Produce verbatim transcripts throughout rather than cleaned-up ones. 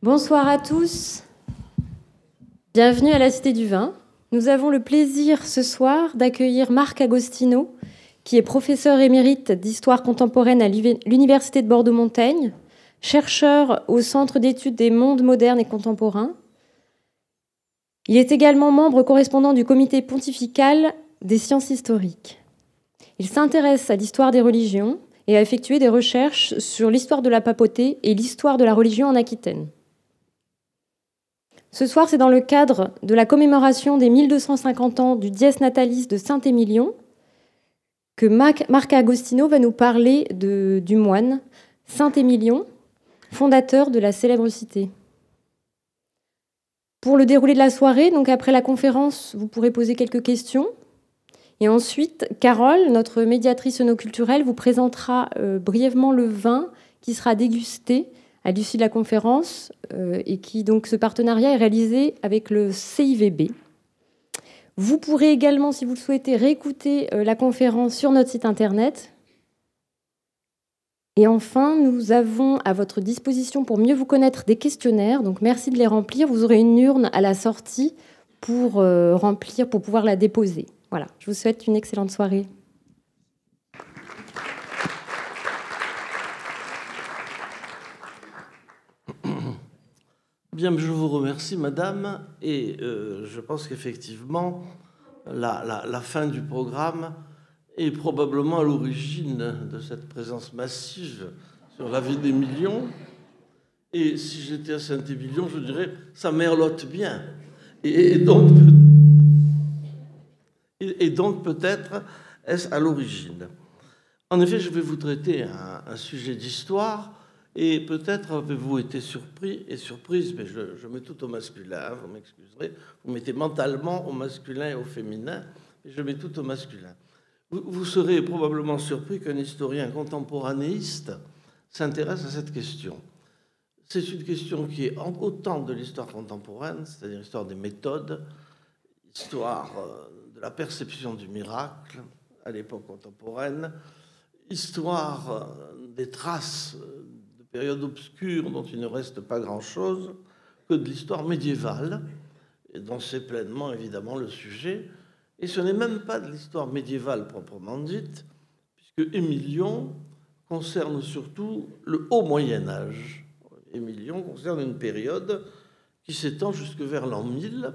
Bonsoir à tous. Bienvenue à la Cité du Vin. Nous avons le plaisir ce soir d'accueillir Marc Agostino, qui est professeur émérite d'histoire contemporaine à l'Université de Bordeaux-Montaigne, chercheur au Centre d'études des mondes modernes et contemporains. Il est également membre correspondant du Comité pontifical des sciences historiques. Il s'intéresse à l'histoire des religions et a effectué des recherches sur l'histoire de la papauté et l'histoire de la religion en Aquitaine. Ce soir, c'est dans le cadre de la commémoration des mille deux cent cinquante ans du Dies Natalis de Saint-Émilion que Marc Agostino va nous parler de, du moine Saint-Émilion, fondateur de la célèbre cité. Pour le déroulé de la soirée, donc après la conférence, vous pourrez poser quelques questions. Et ensuite, Carole, notre médiatrice œnoculturelle, vous présentera euh, brièvement le vin qui sera dégusté à l'issue de la conférence euh, et qui, donc, ce partenariat est réalisé avec le C I V B. Vous pourrez également, si vous le souhaitez, réécouter euh, la conférence sur notre site internet. Et enfin, nous avons à votre disposition, pour mieux vous connaître, des questionnaires. Donc, merci de les remplir. Vous aurez une urne à la sortie pour euh, remplir, pour pouvoir la déposer. Voilà, je vous souhaite une excellente soirée. Bien, je vous remercie, madame, et euh, je pense qu'effectivement, la, la, la fin du programme est probablement à l'origine de cette présence massive sur la vie d'Émilion. Et si j'étais à Saint-Émilion, je dirais, ça merlotte bien. Et donc, et donc peut-être est-ce à l'origine. En effet, je vais vous traiter un, un sujet d'histoire. Et peut-être avez-vous été surpris et surprise, mais je, je mets tout au masculin, vous m'excuserez, vous mettez mentalement au masculin et au féminin, mais je mets tout au masculin. Vous, vous serez probablement surpris qu'un historien contemporanéiste s'intéresse à cette question. C'est une question qui est autant de l'histoire contemporaine, c'est-à-dire l'histoire des méthodes, l'histoire de la perception du miracle à l'époque contemporaine, histoire des traces période obscure dont il ne reste pas grand-chose, que de l'histoire médiévale, et dont c'est pleinement évidemment le sujet. Et ce n'est même pas de l'histoire médiévale proprement dite, puisque Émilion concerne surtout le haut Moyen-Âge. Émilion concerne une période qui s'étend jusque vers l'an mille,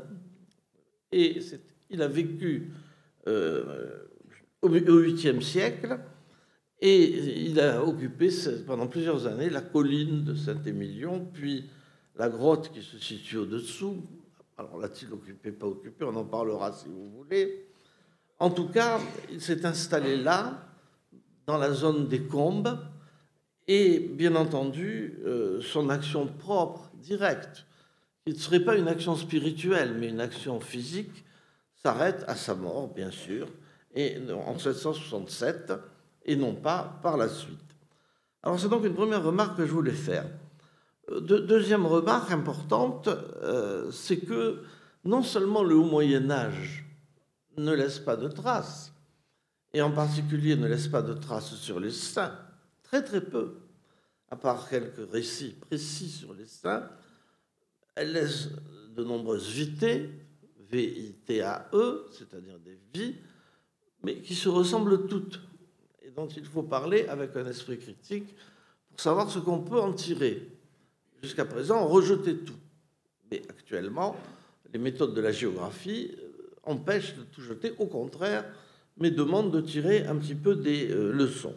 et il a vécu euh, au huitième siècle, et il a occupé pendant plusieurs années la colline de Saint-Émilion, puis la grotte qui se situe au-dessous. Alors l'a-t-il occupé, pas occupé, on en parlera si vous voulez. En tout cas, il s'est installé là, dans la zone des Combes, et bien entendu, euh, son action propre, directe, qui ne serait pas une action spirituelle, mais une action physique, s'arrête à sa mort, bien sûr, et en sept cent soixante-sept, et non pas par la suite. Alors c'est donc une première remarque que je voulais faire. De, deuxième remarque importante, euh, c'est que non seulement le haut Moyen-Âge ne laisse pas de traces, et en particulier ne laisse pas de traces sur les saints, très très peu, à part quelques récits précis sur les saints, elle laisse de nombreuses vités, V I T A E, c'est-à-dire des vies, mais qui se ressemblent toutes, et dont il faut parler avec un esprit critique pour savoir ce qu'on peut en tirer. Jusqu'à présent, on rejetait tout. Mais actuellement, les méthodes de la géographie empêchent de tout jeter, au contraire, mais demandent de tirer un petit peu des euh, leçons.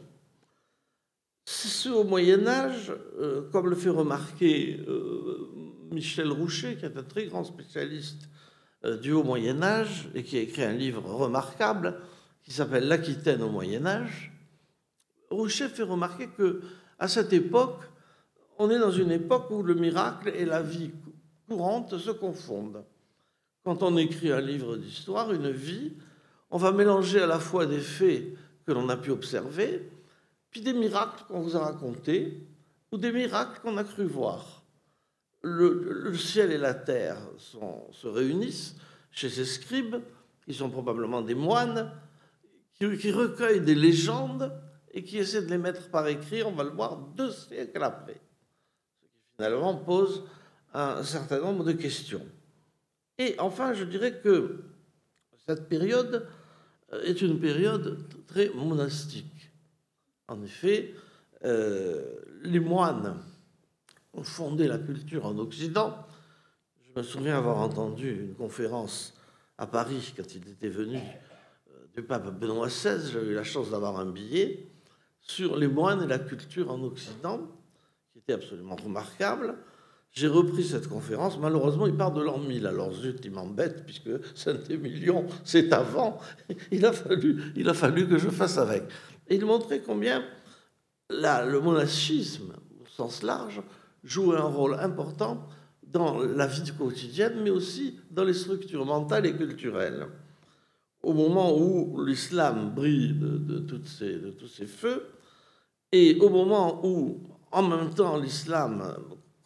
C'est au Moyen-Âge, euh, comme le fait remarquer euh, Michel Rouchet, qui est un très grand spécialiste euh, du haut Moyen-Âge et qui a écrit un livre remarquable qui s'appelle L'Aquitaine au Moyen-Âge. Rouchet fait remarquer qu'à cette époque, on est dans une époque où le miracle et la vie courante se confondent. Quand on écrit un livre d'histoire, une vie, on va mélanger à la fois des faits que l'on a pu observer, puis des miracles qu'on vous a racontés, ou des miracles qu'on a cru voir. Le, le ciel et la terre sont, se réunissent chez ces scribes, qui sont probablement des moines, qui, qui recueillent des légendes et qui essaient de les mettre par écrit, on va le voir, deux siècles après. Ce qui finalement pose un certain nombre de questions. Et enfin, je dirais que cette période est une période très monastique. En effet, euh, les moines ont fondé la culture en Occident. Je me souviens avoir entendu une conférence à Paris quand il était venu du pape Benoît seize. J'ai eu la chance d'avoir un billet sur les moines et la culture en Occident, qui était absolument remarquable. J'ai repris cette conférence. Malheureusement, il part de l'an mille. Alors, zut, il m'embête, puisque Saint-Émilion, c'est avant. Il a, fallu, il a fallu que je fasse avec. Et il montrait combien la, le monachisme, au sens large, joue un rôle important dans la vie quotidienne, mais aussi dans les structures mentales et culturelles. Au moment où l'islam brille de, de, toutes ces, de tous ces feux, et au moment où, en même temps, l'islam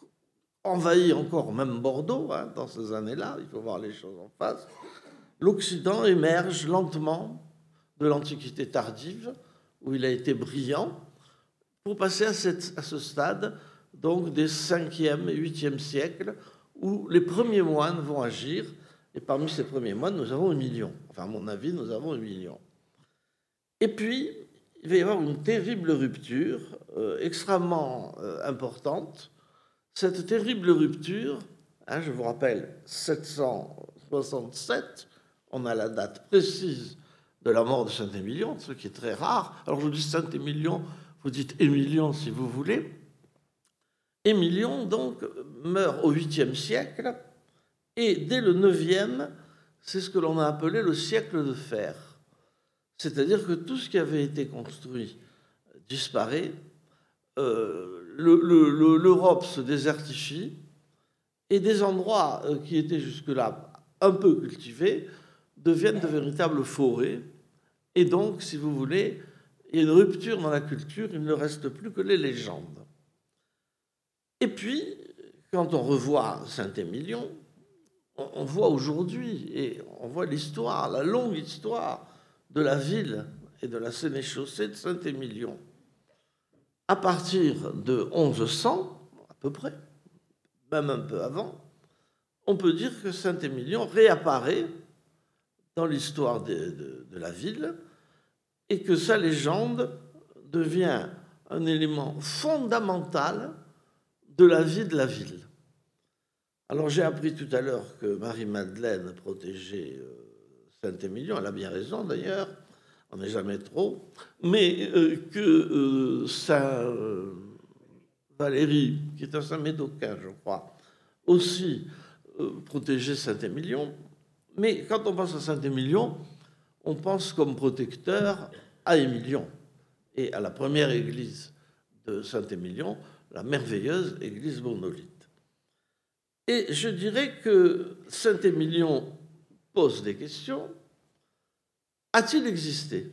envahit encore même Bordeaux, hein, dans ces années-là, il faut voir les choses en face, l'Occident émerge lentement de l'Antiquité tardive, où il a été brillant, pour passer à, cette, à ce stade donc des cinquième et huitième siècles, où les premiers moines vont agir, et parmi ces premiers moines, nous avons Émilion. Enfin, à mon avis, nous avons Émilion. Et puis, il va y avoir une terrible rupture, euh, extrêmement euh, importante. Cette terrible rupture, hein, je vous rappelle, sept cent soixante-sept, on a la date précise de la mort de Saint-Émilion, ce qui est très rare. Alors, je vous dis Saint-Émilion, vous dites Émilion si vous voulez. Émilion, donc, meurt au huitième siècle, et dès le neuvième, c'est ce que l'on a appelé le siècle de fer. C'est-à-dire que tout ce qui avait été construit disparaît, euh, le, le, l'Europe se désertifie, et des endroits qui étaient jusque-là un peu cultivés deviennent de véritables forêts. Et donc, si vous voulez, il y a une rupture dans la culture, il ne reste plus que les légendes. Et puis, quand on revoit Saint-Émilion, on voit aujourd'hui, et on voit l'histoire, la longue histoire de la ville et de la sénéchaussée de Saint-Émilion. À partir de onze cents, à peu près, même un peu avant, on peut dire que Saint-Émilion réapparaît dans l'histoire de, de, de la ville et que sa légende devient un élément fondamental de la vie de la ville. Alors j'ai appris tout à l'heure que Marie-Madeleine protégeait Saint-Émilion, elle a bien raison d'ailleurs, on n'est jamais trop, mais euh, que euh, Saint euh, Valérie, qui est un Saint-Médocain, je crois, aussi euh, protégeait Saint-Émilion. Mais quand on pense à Saint-Émilion, on pense comme protecteur à Émilion et à la première église de Saint-Émilion, la merveilleuse église monolithe. Et je dirais que Saint-Émilion pose des questions. A-t-il existé?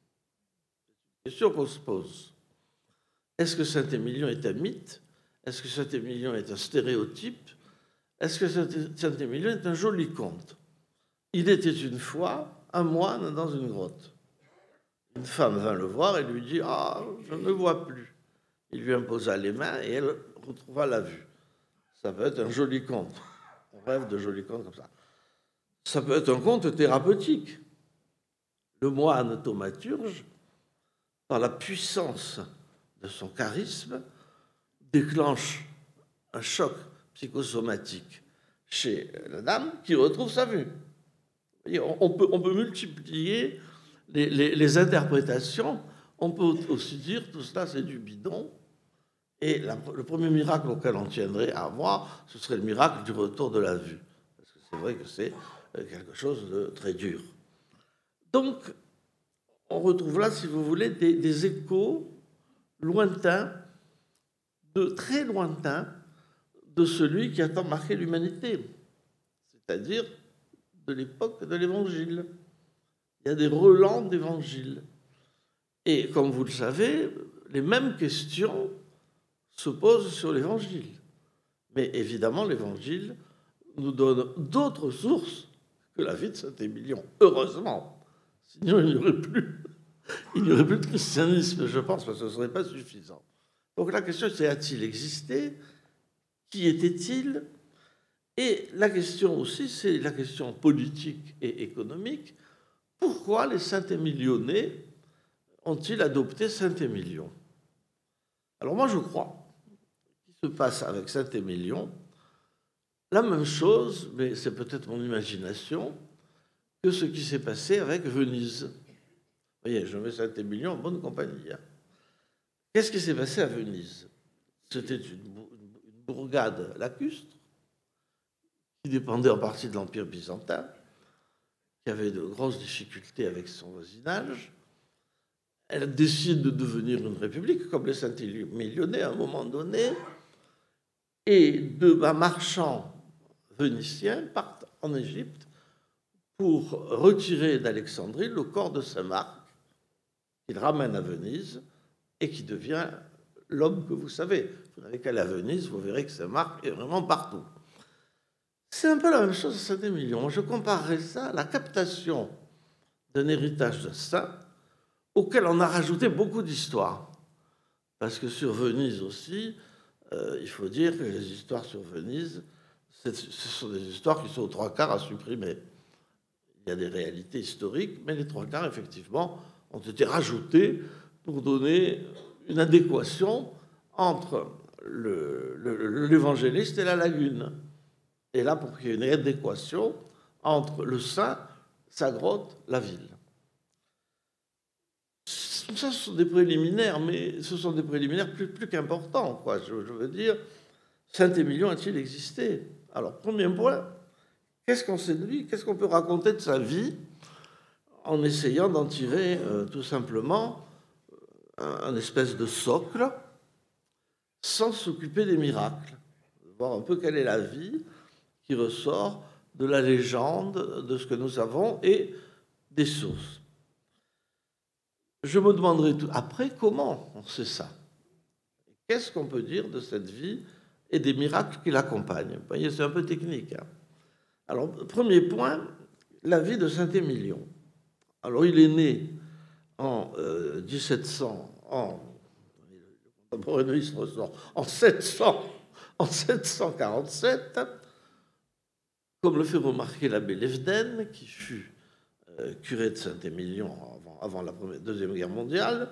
C'est sûr qu'on se pose. Est-ce que Saint-Émilion est un mythe? Est-ce que Saint-Émilion est un stéréotype? Est-ce que Saint-Émilion est un joli conte? Il était une fois un moine dans une grotte. Une femme vint le voir et lui dit « Ah, je ne vois plus ». Il lui imposa les mains et elle retrouva la vue. Ça peut être un joli conte. On rêve de jolis contes comme ça. Ça peut être un conte thérapeutique. Le moine thaumaturge, par la puissance de son charisme, déclenche un choc psychosomatique chez la dame qui retrouve sa vue. On peut, on peut multiplier les, les, les interprétations. On peut aussi dire tout cela, c'est du bidon. Et la, le premier miracle auquel on tiendrait à voir, ce serait le miracle du retour de la vue. Parce que c'est vrai que c'est quelque chose de très dur. Donc, on retrouve là, si vous voulez, des, des échos lointains, de très lointains, de celui qui a tant marqué l'humanité, c'est-à-dire de l'époque de l'Évangile. Il y a des relents d'Évangile. Et comme vous le savez, les mêmes questions se posent sur l'Évangile. Mais évidemment, l'Évangile nous donne d'autres sources que la vie de Saint-Émilion. Heureusement. Sinon, il n'y aurait plus, il n'y aurait plus de christianisme, je pense, parce que ce ne serait pas suffisant. Donc la question, c'est a-t-il existé? Qui était-il? Et la question aussi, c'est la question politique et économique. Pourquoi les Saint-Émilionnais ont-ils adopté Saint-Émilion? Alors moi, je crois qu'il se passe avec Saint-Émilion la même chose, mais c'est peut-être mon imagination, que ce qui s'est passé avec Venise. Vous voyez, je mets Saint-Émilion en bonne compagnie. Hein. Qu'est-ce qui s'est passé à Venise? C'était une, une bourgade lacustre qui dépendait en partie de l'Empire byzantin, qui avait de grosses difficultés avec son voisinage. Elle décide de devenir une république, comme les Saint-Émilionnais à un moment donné, et deux marchands vénitiens partent en Égypte pour retirer d'Alexandrie le corps de Saint-Marc, qu'il ramène à Venise et qui devient l'homme que vous savez. Vous n'avez qu'à aller à Venise, vous verrez que Saint-Marc est vraiment partout. C'est un peu la même chose à Saint-Émilion. Je comparerais ça à la captation d'un héritage de saint auquel on a rajouté beaucoup d'histoires. Parce que sur Venise aussi, euh, il faut dire que les histoires sur Venise, ce sont des histoires qui sont aux trois quarts à supprimer. Il y a des réalités historiques, mais les trois quarts, effectivement, ont été rajoutés pour donner une adéquation entre le, le, l'évangéliste et la lagune. Et là, pour qu'il y ait une adéquation entre le saint, sa grotte, la ville. Ça, ce sont des préliminaires, mais ce sont des préliminaires plus, plus qu'importants, quoi. Je, je veux dire, Saint-Émilion a-t-il existé? Alors, premier point, qu'est-ce qu'on sait de lui? Qu'est-ce qu'on peut raconter de sa vie en essayant d'en tirer euh, tout simplement un, un espèce de socle sans s'occuper des miracles? Voir un peu quelle est la vie qui ressort de la légende, de ce que nous savons et des sources. Je me demanderai tout après comment on sait ça. Qu'est-ce qu'on peut dire de cette vie et des miracles qui l'accompagnent? Vous voyez, c'est un peu technique. Hein. Alors, premier point, la vie de Saint-Émilion. Alors, il est né en euh, dix-sept cents, en, en, sept cents, en sept cent quarante-sept, comme le fait remarquer l'abbé Levden, qui fut euh, curé de Saint-Émilion avant, avant la première, Deuxième Guerre mondiale.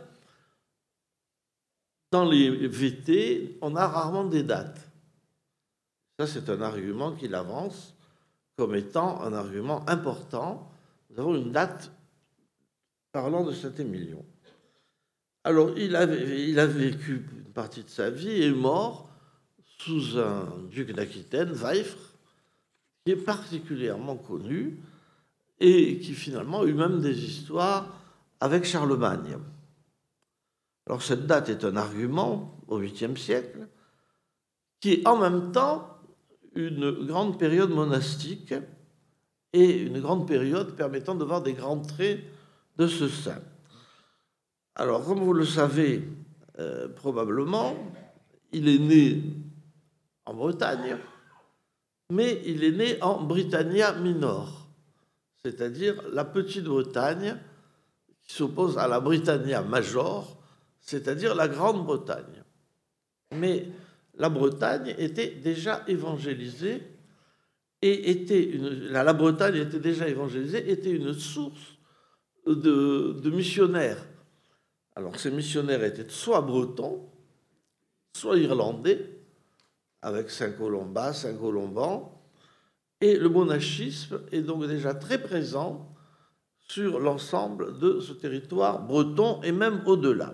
Dans les V T, on a rarement des dates. Ça, c'est un argument qu'il avance comme étant un argument important. Nous avons une date parlant de Saint-Émilion. Alors, il a, il a vécu une partie de sa vie et est mort sous un duc d'Aquitaine, Waifre, qui est particulièrement connu et qui finalement a eu même des histoires avec Charlemagne. Alors, cette date est un argument au huitième siècle qui est en même temps une grande période monastique et une grande période permettant de voir des grands traits de ce saint. Alors, comme vous le savez, euh, probablement, il est né en Bretagne, mais il est né en Britannia Minor, c'est-à-dire la petite Bretagne qui s'oppose à la Britannia Major, c'est-à-dire la Grande-Bretagne. Mais la Bretagne était déjà évangélisée et était une, la, la Bretagne était déjà évangélisée, était une source de, de missionnaires. Alors ces missionnaires étaient soit bretons, soit irlandais, avec Saint-Colomban, Saint-Colomban, et le monachisme est donc déjà très présent sur l'ensemble de ce territoire breton et même au-delà.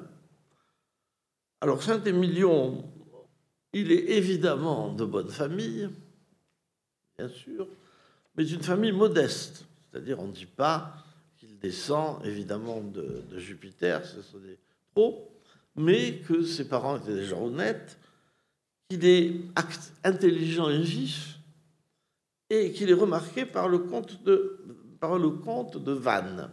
Alors Saint-Émilion, il est évidemment de bonne famille, bien sûr, mais d'une famille modeste. C'est-à-dire, on ne dit pas qu'il descend évidemment de, de Jupiter, ce sont des pros, mais que ses parents étaient des gens honnêtes, qu'il est intelligent et vif, et qu'il est remarqué par le comte de, par le comte de Vannes,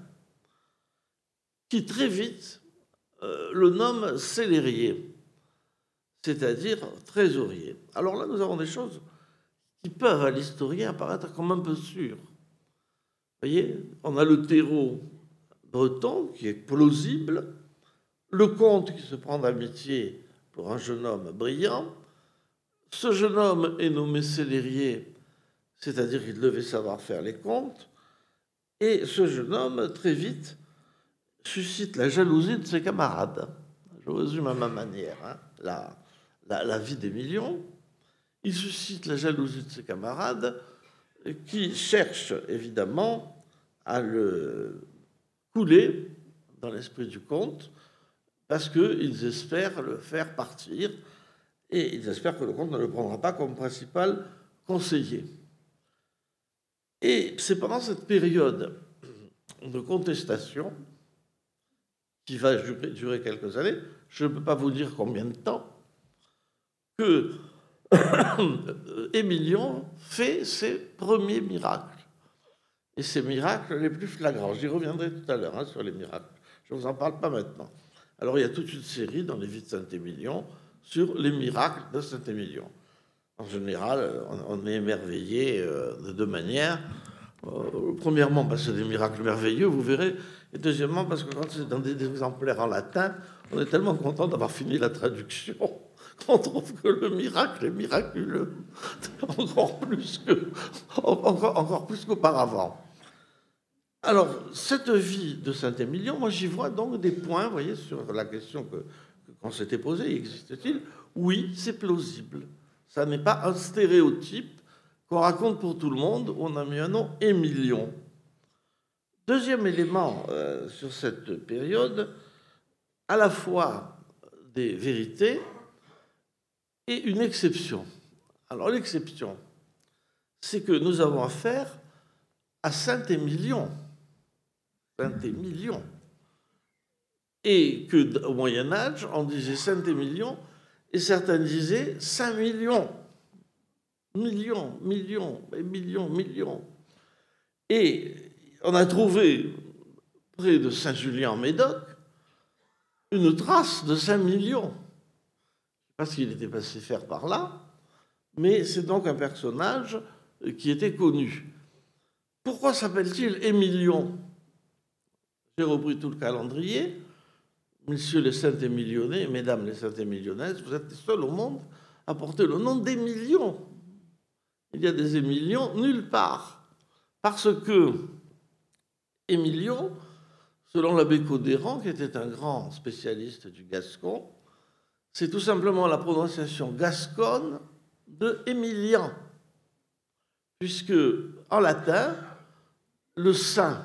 qui très vite euh, le nomme célérier, c'est-à-dire trésorier. Alors là, nous avons des choses qui peuvent à l'historien apparaître comme un peu sûres. Vous voyez, on a le terreau breton qui est plausible, le comte qui se prend d'amitié pour un jeune homme brillant. Ce jeune homme est nommé célérier c'est-à-dire qu'il devait savoir faire les comptes, et ce jeune homme, très vite, suscite la jalousie de ses camarades. Je résume à ma manière, hein, la, la, la vie des millions. Il suscite la jalousie de ses camarades qui cherchent évidemment à le couler dans l'esprit du comte parce qu'ils espèrent le faire partir et ils espèrent que le comte ne le prendra pas comme principal conseiller. Et c'est pendant cette période de contestation qui va durer, durer quelques années, je ne peux pas vous dire combien de temps, que Émilion fait ses premiers miracles. Et ces miracles les plus flagrants. J'y reviendrai tout à l'heure hein, sur les miracles. Je ne vous en parle pas maintenant. Alors il y a toute une série dans les vies de Saint-Émilion sur les miracles de Saint-Émilion. En général, on est émerveillé de deux manières. Euh, premièrement, parce que c'est des miracles merveilleux, vous verrez. Et deuxièmement, parce que quand c'est dans des exemplaires en latin, on est tellement content d'avoir fini la traduction qu'on trouve que le miracle est miraculeux, encore plus que, encore, encore plus qu'auparavant. Alors, cette vie de Saint-Émilion, moi j'y vois donc des points, vous voyez, sur la question que, que qu'on s'était posée, existe-t-il? Oui, c'est plausible. Ça n'est pas un stéréotype qu'on raconte pour tout le monde. On a mis un nom, Émilion. Deuxième élément euh, sur cette période, à la fois des vérités et une exception. Alors l'exception, c'est que nous avons affaire à Saint-Émilion. Saint-Émilion. Et qu'au Moyen-Âge, on disait Saint-Émilion, et certains disaient Saint-Million. Millions, millions, et millions, millions. Et on a trouvé, près de Saint-Julien-en-Médoc, une trace de Saint-Million. Parce qu'il était passé faire par là, mais c'est donc un personnage qui était connu. Pourquoi s'appelle-t-il Émilion? J'ai repris tout le calendrier. Messieurs les Saint-Émilionnais, mesdames les Saint-Émilionnaises, vous êtes les seuls au monde à porter le nom d'Émilion. Il y a des Émilions nulle part. Parce que Émilion, selon l'abbé Codéran, qui était un grand spécialiste du gascon, c'est tout simplement la prononciation gasconne de Émilien. Puisque, en latin, le saint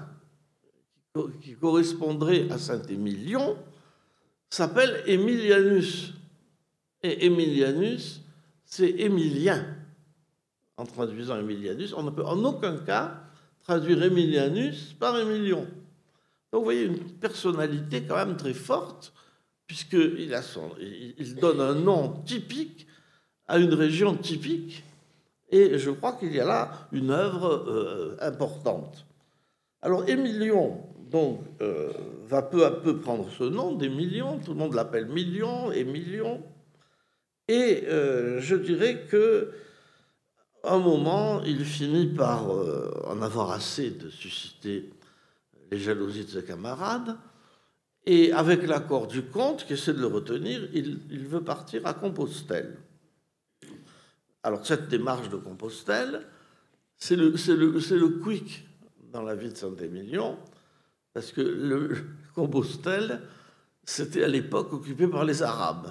qui correspondrait à Saint-Émilion s'appelle Emilianus. Et Emilianus, c'est Émilien. En traduisant Emilianus, on ne peut en aucun cas traduire Emilianus par Émilion. Donc vous voyez une personnalité quand même très forte, puisqu'il a son, il donne un nom typique à une région typique, et je crois qu'il y a là une œuvre euh, importante. Alors Émilion, donc, euh, va peu à peu prendre ce nom d'Émilion, tout le monde l'appelle Million, Émilion, et euh, je dirais que à un moment, il finit par euh, en avoir assez de susciter les jalousies de ses camarades, et avec l'accord du comte, qui essaie de le retenir, il, il veut partir à Compostelle. Alors, cette démarche de Compostelle, c'est le, c'est le, c'est le quick dans la vie de Saint-Émilion, parce que le Compostelle, c'était à l'époque occupé par les Arabes.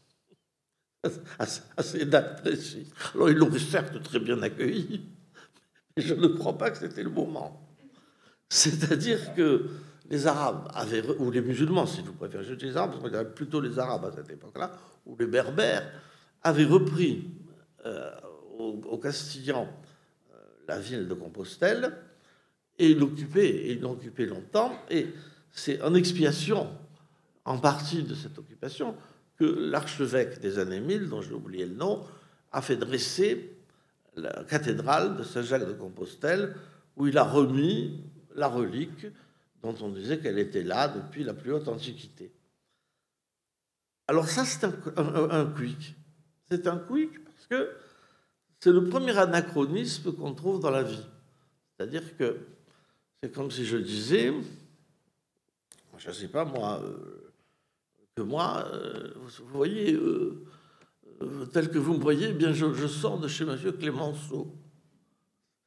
À ces dates précises. Alors, ils l'ont certes très bien accueilli, mais je ne crois pas que c'était le moment. C'est-à-dire que les Arabes avaient, ou les musulmans, si vous préférez, je dis les Arabes, parce qu'on dirait plutôt les Arabes à cette époque-là, ou les Berbères, avaient repris euh, au, au Castillan euh, la ville de Compostelle et l'occupaient, et ils l'ont occupée longtemps, et c'est en expiation, en partie de cette occupation, que l'archevêque des années mille, dont j'ai oublié le nom, a fait dresser la cathédrale de Saint-Jacques de Compostelle, où il a remis la relique dont on disait qu'elle était là depuis la plus haute antiquité. Alors ça, c'est un, un, un quick. C'est un quick parce que c'est le premier anachronisme qu'on trouve dans la vie. C'est-à-dire que c'est comme si je disais, je ne sais pas moi... Euh, que moi, euh, vous voyez, euh, euh, tel que vous me voyez, eh bien je, je sors de chez monsieur Clémenceau.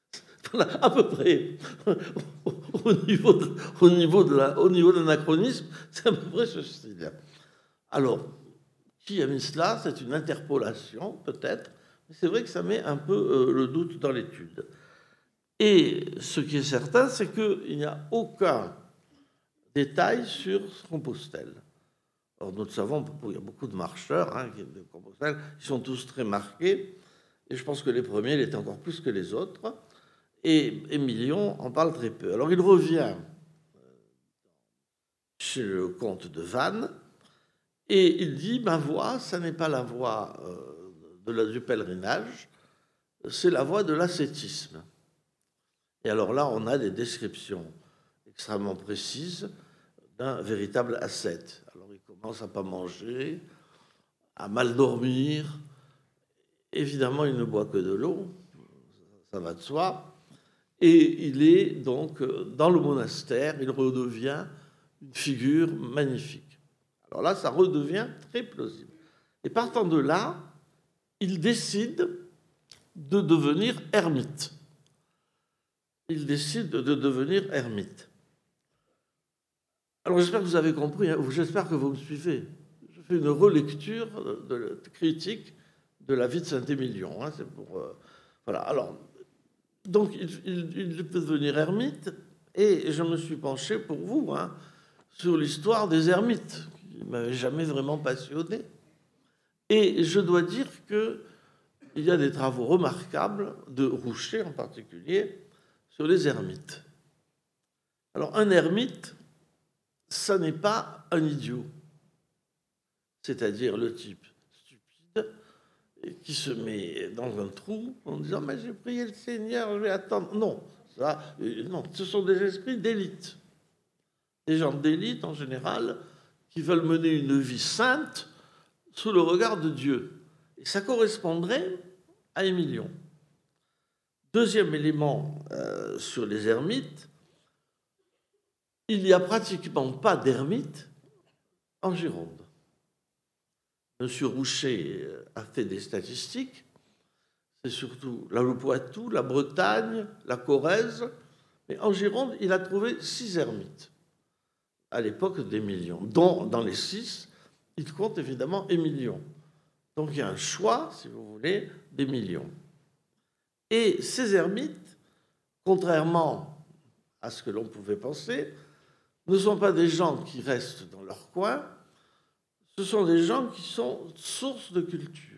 à peu près. Au niveau de, au niveau de la, au niveau de l'anachronisme, c'est à peu près ce style. Alors, qui a mis cela? C'est une interpolation, peut-être, mais c'est vrai que ça met un peu euh, le doute dans l'étude. Et ce qui est certain, c'est qu'il n'y a aucun détail sur Compostelle. Alors, nous le savons, il y a beaucoup de marcheurs hein, de Compostelle, qui sont tous très marqués, et je pense que les premiers l'étaient encore plus que les autres, et Émilion en parle très peu. Alors, il revient chez le comte de Vannes, et il dit, ma voix, ça n'est pas la voix euh, de la, du pèlerinage, c'est la voie de l'ascétisme. Et alors là, on a des descriptions extrêmement précises d'un véritable ascète. Alors il commence à pas manger, à mal dormir. Évidemment, il ne boit que de l'eau, ça va de soi. Et il est donc dans le monastère, il redevient une figure magnifique. Alors là, ça redevient très plausible. Et partant de là, il décide de devenir ermite. Il décide de devenir ermite. Alors j'espère que vous avez compris, hein, j'espère que vous me suivez. Je fais une relecture de, de, de critique de la vie de Saint-Émilion. Hein, c'est pour, euh, voilà. Alors, donc il, il, il peut devenir ermite, et je me suis penché pour vous hein, sur l'histoire des ermites, qui ne m'avait jamais vraiment passionné. Et je dois dire qu'il y a des travaux remarquables de Roucher en particulier sur les ermites. Alors un ermite, ça n'est pas un idiot, c'est-à-dire le type stupide qui se met dans un trou en disant mais j'ai prié le Seigneur, je vais attendre. Non, ça, non, ce sont des esprits d'élite, des gens d'élite en général qui veulent mener une vie sainte sous le regard de Dieu. Et ça correspondrait à Émilion. Deuxième élément euh, sur les ermites, il n'y a pratiquement pas d'ermites en Gironde. Monsieur Roucher a fait des statistiques. C'est surtout là, le Poitou, la Bretagne, la Corrèze. Mais en Gironde, il a trouvé six ermites à l'époque d'Émilion, dont dans les six, il compte évidemment Émilion. Donc il y a un choix, si vous voulez, d'Émilion. Et ces ermites, contrairement à ce que l'on pouvait penser, ne sont pas des gens qui restent dans leur coin, ce sont des gens qui sont source de culture.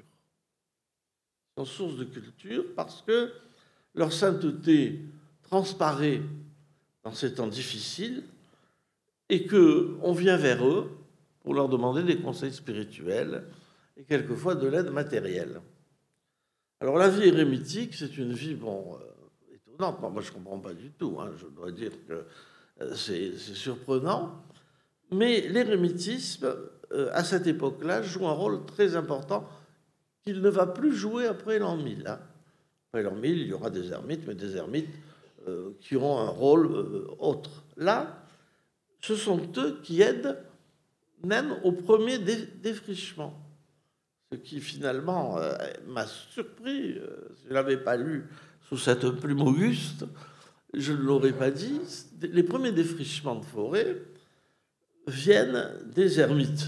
Ils sont source de culture parce que leur sainteté transparaît dans ces temps difficiles et qu'on vient vers eux pour leur demander des conseils spirituels et quelquefois de l'aide matérielle. Alors la vie érémitique, c'est une vie, bon, euh, étonnante. Moi, je ne comprends pas du tout. Hein. Je dois dire que euh, c'est, c'est surprenant. Mais l'érémitisme, euh, à cette époque-là, joue un rôle très important qu'il ne va plus jouer après l'an mille. Hein. Après l'an mille, il y aura des ermites, mais des ermites euh, qui auront un rôle euh, autre. Là, ce sont eux qui aident même au premier dé- défrichement. Ce qui finalement euh, m'a surpris. Euh, si je ne l'avais pas lu sous cette plume auguste, je ne l'aurais pas dit. Les premiers défrichements de forêt viennent des ermites.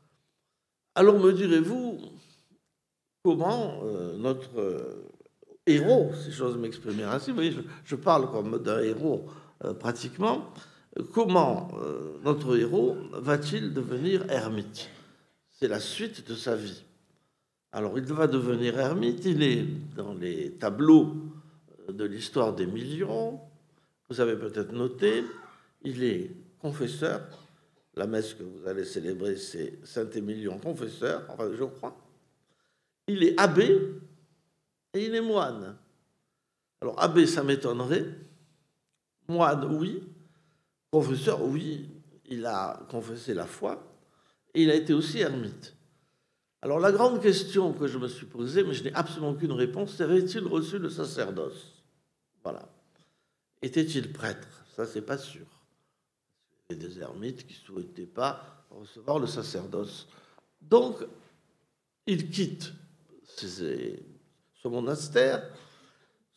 Alors me direz-vous, comment euh, notre euh, héros, si j'ose m'exprimer ainsi, vous voyez, je, je parle comme d'un héros euh, pratiquement, comment euh, notre héros va-t-il devenir ermite? C'est la suite de sa vie. Alors il va devenir ermite, il est dans les tableaux de l'histoire d'Émilion, vous avez peut-être noté, il est confesseur. La messe que vous allez célébrer, c'est Saint-Émilion confesseur, enfin, je crois. Il est abbé et il est moine. Alors, abbé, ça m'étonnerait. Moine, oui. Confesseur, oui. Il a confessé la foi. Et il a été aussi ermite. Alors, la grande question que je me suis posée, mais je n'ai absolument aucune réponse, c'est avait-il reçu le sacerdoce? Voilà. Était-il prêtre? Ça, c'est pas sûr. Il y avait des ermites qui ne souhaitaient pas recevoir le sacerdoce. Donc, il quitte ses, ce monastère,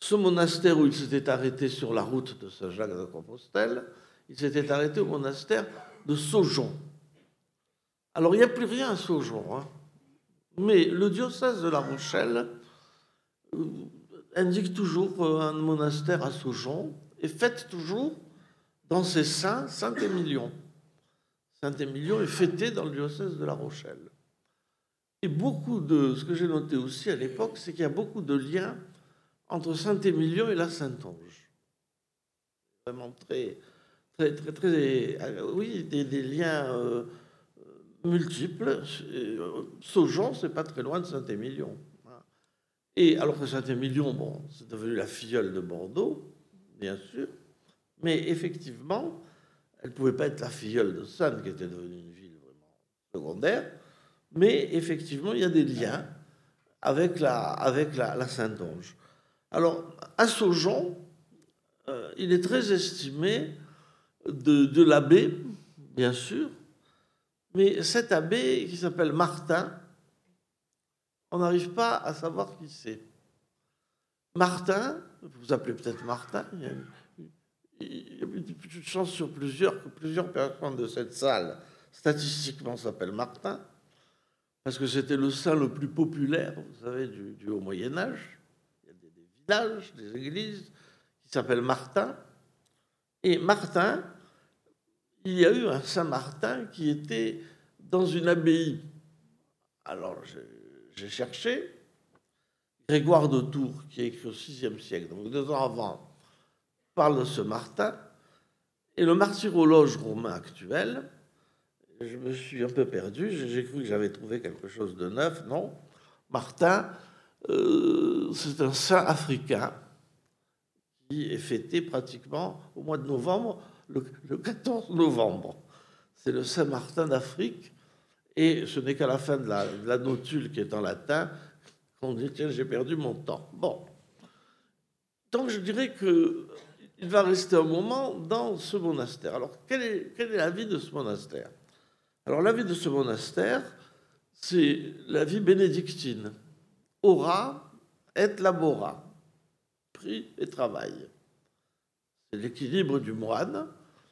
ce monastère où il s'était arrêté sur la route de Saint-Jacques de Compostelle, il s'était arrêté au monastère de Saujon. Alors, il n'y a plus rien à Saujon, hein, mais le diocèse de La Rochelle euh, indique toujours un monastère à Saujon et fête toujours dans ses saints Saint-Émilion. Saint-Émilion est fêté dans le diocèse de La Rochelle. Et beaucoup de ce que j'ai noté aussi à l'époque, c'est qu'il y a beaucoup de liens entre Saint-Émilion et la Saintonge. Vraiment très, très, très, très, oui, des, des liens euh, multiples. Saujon, c'est pas très loin de Saint-Émilion. Et alors que Saint-Émilion, bon, c'est devenu la filleule de Bordeaux, bien sûr, mais effectivement, elle ne pouvait pas être la filleule de Sens, qui était devenue une ville vraiment secondaire, mais effectivement, il y a des liens avec la, avec la, la Saintonge. Alors, à Saujon, euh, il est très estimé de, de l'abbé, bien sûr, mais cet abbé qui s'appelle Martin, on n'arrive pas à savoir qui c'est. Martin, vous vous appelez peut-être Martin, il y a une, il y a une chance sur plusieurs que plusieurs personnes de cette salle, statistiquement, s'appellent Martin, parce que c'était le saint le plus populaire, vous savez, du, du Haut Moyen-Âge. Il y a des, des villages, des églises qui s'appellent Martin. Et Martin, il y a eu un Saint Martin qui était dans une abbaye. Alors, j'ai cherché. Grégoire de Tours, qui a écrit au sixième siècle, donc deux ans avant, parle de ce Martin. Et le martyrologe romain actuel, je me suis un peu perdu, j'ai cru que j'avais trouvé quelque chose de neuf. Non, Martin, euh, c'est un saint africain qui est fêté pratiquement au mois de novembre, le, le quatorze novembre. C'est le Saint Martin d'Afrique, et ce n'est qu'à la fin de la, de la notule qui est en latin qu'on dit tiens, j'ai perdu mon temps. Bon, donc je dirais que il va rester un moment dans ce monastère. Alors, quelle est, quelle est la vie de ce monastère? Alors, la vie de ce monastère, c'est la vie bénédictine. Ora et labora, prie et travail. C'est l'équilibre du moine.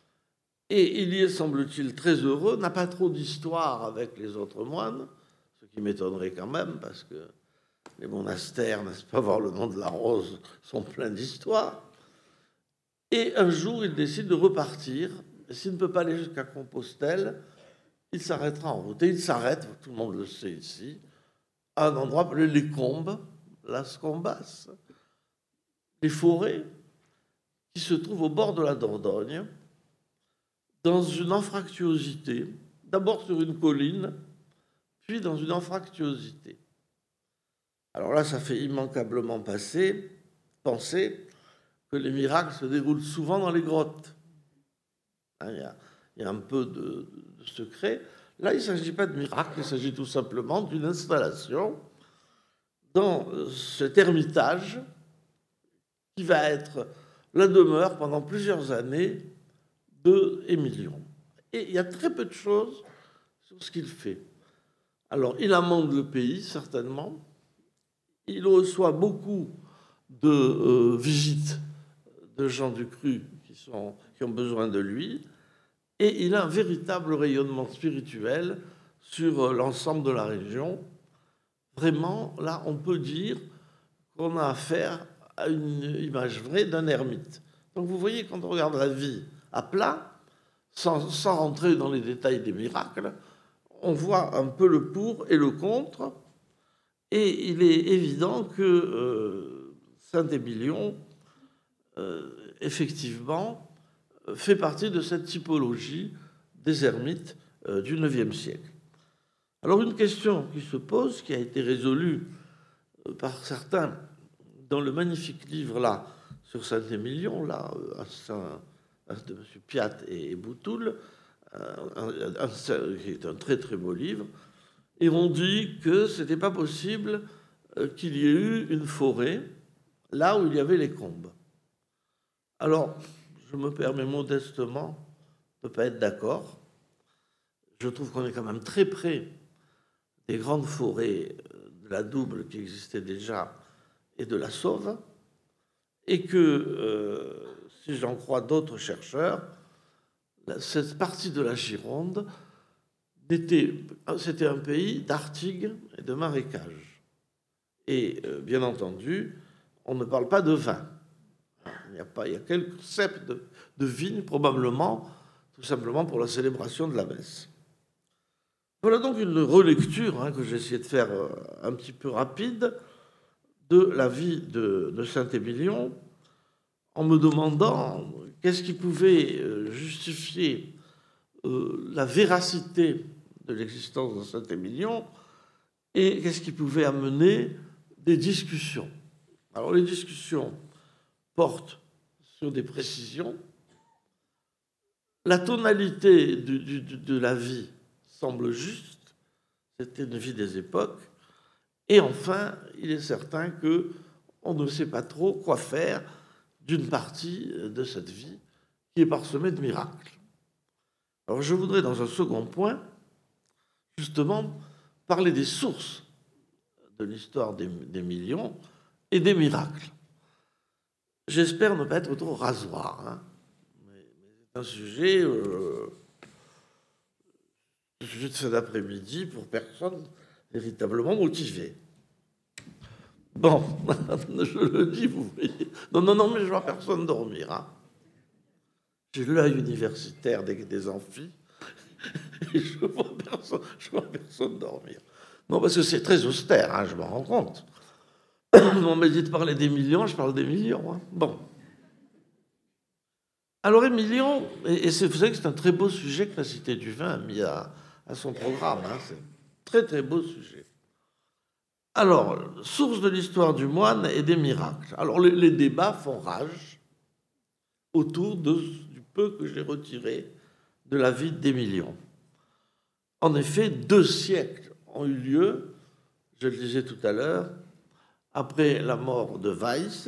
Et il y est, semble-t-il, très heureux, n'a pas trop d'histoire avec les autres moines, ce qui m'étonnerait quand même, parce que les monastères, n'est-ce pas, voir le nom de la rose, sont pleins d'histoires. Et un jour, il décide de repartir. S'il ne peut pas aller jusqu'à Compostelle, il s'arrêtera en route. Et il s'arrête, tout le monde le sait ici, à un endroit appelé les Combes, Las Combas, les forêts, qui se trouvent au bord de la Dordogne, dans une anfractuosité, d'abord sur une colline, puis dans une anfractuosité. Alors là, ça fait immanquablement passer, penser que les miracles se déroulent souvent dans les grottes. Hein, il y a, il y a un peu de, de secret. Là, il ne s'agit pas de miracle, il s'agit tout simplement d'une installation dans cet ermitage qui va être la demeure pendant plusieurs années de Émilion. Et il y a très peu de choses sur ce qu'il fait. Alors, il amende le pays, certainement. Il reçoit beaucoup de euh, visites de gens du cru qui, sont, qui ont besoin de lui. Et il a un véritable rayonnement spirituel sur euh, l'ensemble de la région. Vraiment, là, on peut dire qu'on a affaire à une image vraie d'un ermite. Donc, vous voyez, quand on regarde la vie à plat, sans, sans rentrer dans les détails des miracles, on voit un peu le pour et le contre. Et il est évident que euh, Saint-Émilion, euh, effectivement, fait partie de cette typologie des ermites euh, du neuvième siècle. Alors, une question qui se pose, qui a été résolue euh, par certains dans le magnifique livre-là sur Saint-Émilion, là, à Saint, de M. Piat et Boutoul, un, un, un, qui est un très très beau livre, et on dit que ce n'était pas possible qu'il y ait eu une forêt là où il y avait les combes. Alors, je me permets modestement de ne pas être d'accord. Je trouve qu'on est quand même très près des grandes forêts de la Double qui existaient déjà et de la Sauve. et que, euh, si j'en crois d'autres chercheurs, cette partie de la Gironde, c'était un pays d'artigues et de marécages. Et euh, bien entendu, on ne parle pas de vin. Il y a, pas, il y a quelques ceps de, de vignes, probablement, tout simplement pour la célébration de la messe. Voilà donc une relecture hein, que j'ai essayé de faire euh, un petit peu rapide de la vie de, de Saint-Émilion, en me demandant qu'est-ce qui pouvait euh, justifier euh, la véracité de l'existence de Saint-Émilion et qu'est-ce qui pouvait amener des discussions. Alors les discussions portent sur des précisions. La tonalité du, du, de la vie semble juste, c'était une vie des époques, et enfin, il est certain qu'on ne sait pas trop quoi faire d'une partie de cette vie qui est parsemée de miracles. Alors je voudrais, dans un second point, justement, parler des sources de l'histoire des, des millions et des miracles. J'espère ne pas être trop rasoir, hein, mais, mais c'est un sujet, euh, un sujet de cet après-midi pour personne véritablement motivé. Bon, je le dis, vous voyez. Non, non, non, mais je vois personne dormir. Hein. J'ai l'œil universitaire des, des amphis et je vois personne, je vois personne dormir. Non, parce que c'est très austère, hein, je m'en rends compte. On m'a dit de parler des millions, je parle des millions. Hein. Bon. Alors, Émilion, et, et c'est, vous savez que c'est un très beau sujet que la Cité du Vin a mis à, à son programme. Hein, c'est un très, très beau sujet. Alors, source de l'histoire du moine et des miracles. Alors, les, les débats font rage autour de, du peu que j'ai retiré de la vie d'Émilion. En effet, deux siècles ont eu lieu, je le disais tout à l'heure, après la mort de Weiss,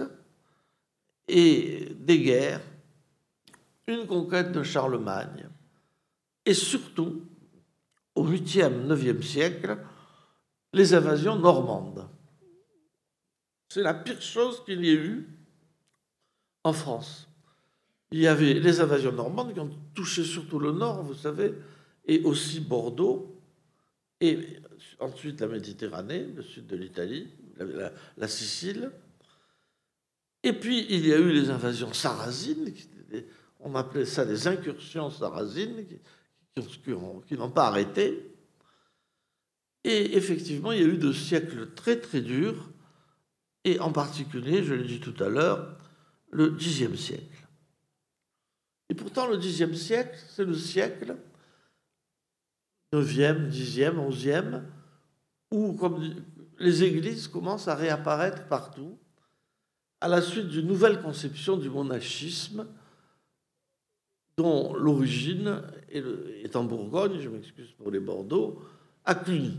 et des guerres, une conquête de Charlemagne, et surtout, au huitième, neuvième siècle, les invasions normandes. C'est la pire chose qu'il y ait eu en France. Il y avait les invasions normandes qui ont touché surtout le nord, vous savez, et aussi Bordeaux, et ensuite la Méditerranée, le sud de l'Italie, la, la, la Sicile. Et puis, il y a eu les invasions sarrasines, qui, on appelait ça les incursions sarrasines, qui, qui, qui, ont, qui n'ont pas arrêté. Et effectivement, il y a eu deux siècles très, très durs, et en particulier, je l'ai dit tout à l'heure, le dixième siècle. Et pourtant, le dixième siècle, c'est le siècle neuvième, dixième, onzième, où comme les églises commencent à réapparaître partout, à la suite d'une nouvelle conception du monachisme, dont l'origine est en Bourgogne, je m'excuse pour les Bordeaux, à Cluny.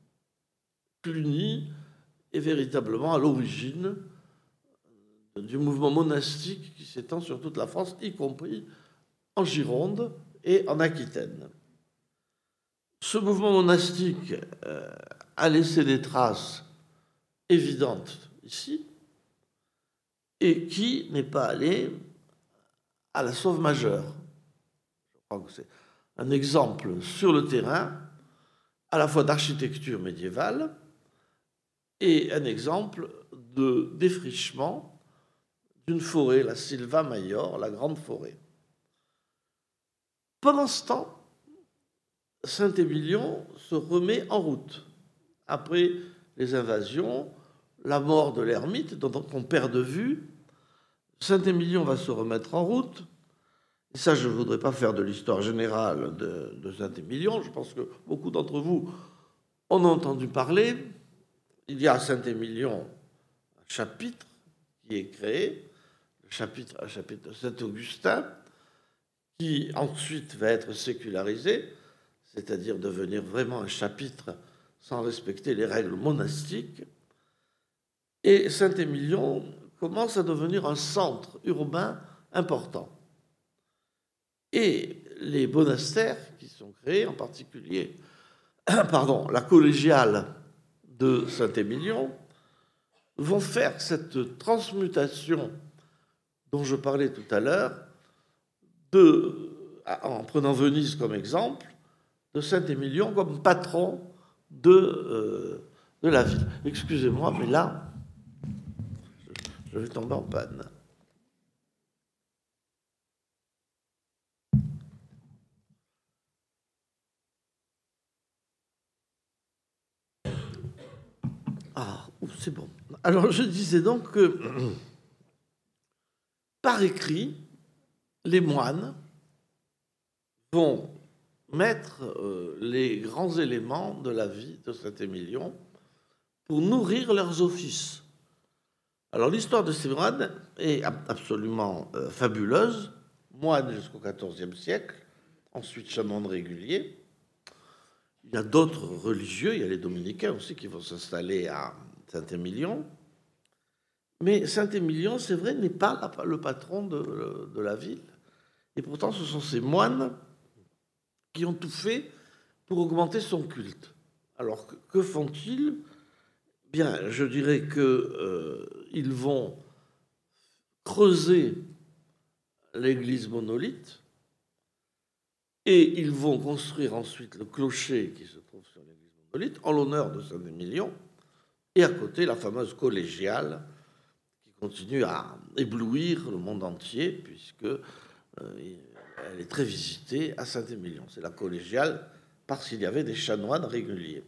Cluny est véritablement à l'origine du mouvement monastique qui s'étend sur toute la France, y compris en Gironde et en Aquitaine. Ce mouvement monastique euh, a laissé des traces évidentes ici, et qui n'est pas allé à la Sauve majeure. Je crois que c'est un exemple sur le terrain, à la fois d'architecture médiévale et un exemple de défrichement d'une forêt, la Silva Maior, la grande forêt. Pendant ce temps, Saint-Émilion se remet en route. Après les invasions, la mort de l'ermite, dont on perd de vue, Saint-Émilion va se remettre en route. Et ça, je ne voudrais pas faire de l'histoire générale de, de Saint-Émilion. Je pense que beaucoup d'entre vous en ont entendu parler. Il y a à Saint-Émilion un chapitre qui est créé, le chapitre, un chapitre de Saint-Augustin, qui ensuite va être sécularisé, c'est-à-dire devenir vraiment un chapitre sans respecter les règles monastiques. Et Saint-Émilion commence à devenir un centre urbain important. Et les monastères qui sont créés, en particulier pardon, la collégiale de Saint-Émilion, vont faire cette transmutation dont je parlais tout à l'heure, de, en prenant Venise comme exemple, de Saint-Émilion comme patron de, euh, de la ville. Excusez-moi, mais là, je vais tomber en panne. Ah, c'est bon. Alors, je disais donc que, par écrit, les moines vont mettre euh, les grands éléments de la vie de Saint-Émilion pour nourrir leurs offices. Alors, l'histoire de ces moines est absolument euh, fabuleuse. Moines jusqu'au quatorzième siècle, ensuite chamans réguliers. Il y a d'autres religieux, il y a les dominicains aussi qui vont s'installer à Saint-Émilion. Mais Saint-Émilion, c'est vrai, n'est pas le patron de, de la ville. Et pourtant, ce sont ces moines qui ont tout fait pour augmenter son culte. Alors, que, que font-ils? Bien, je dirais qu'ils euh, vont creuser l'église monolithe et ils vont construire ensuite le clocher qui se trouve sur l'église monolithe en l'honneur de Saint-Émilion, et à côté la fameuse collégiale qui continue à éblouir le monde entier puisque euh, elle est très visitée à Saint-Émilion. C'est la collégiale parce qu'il y avait des chanoines réguliers.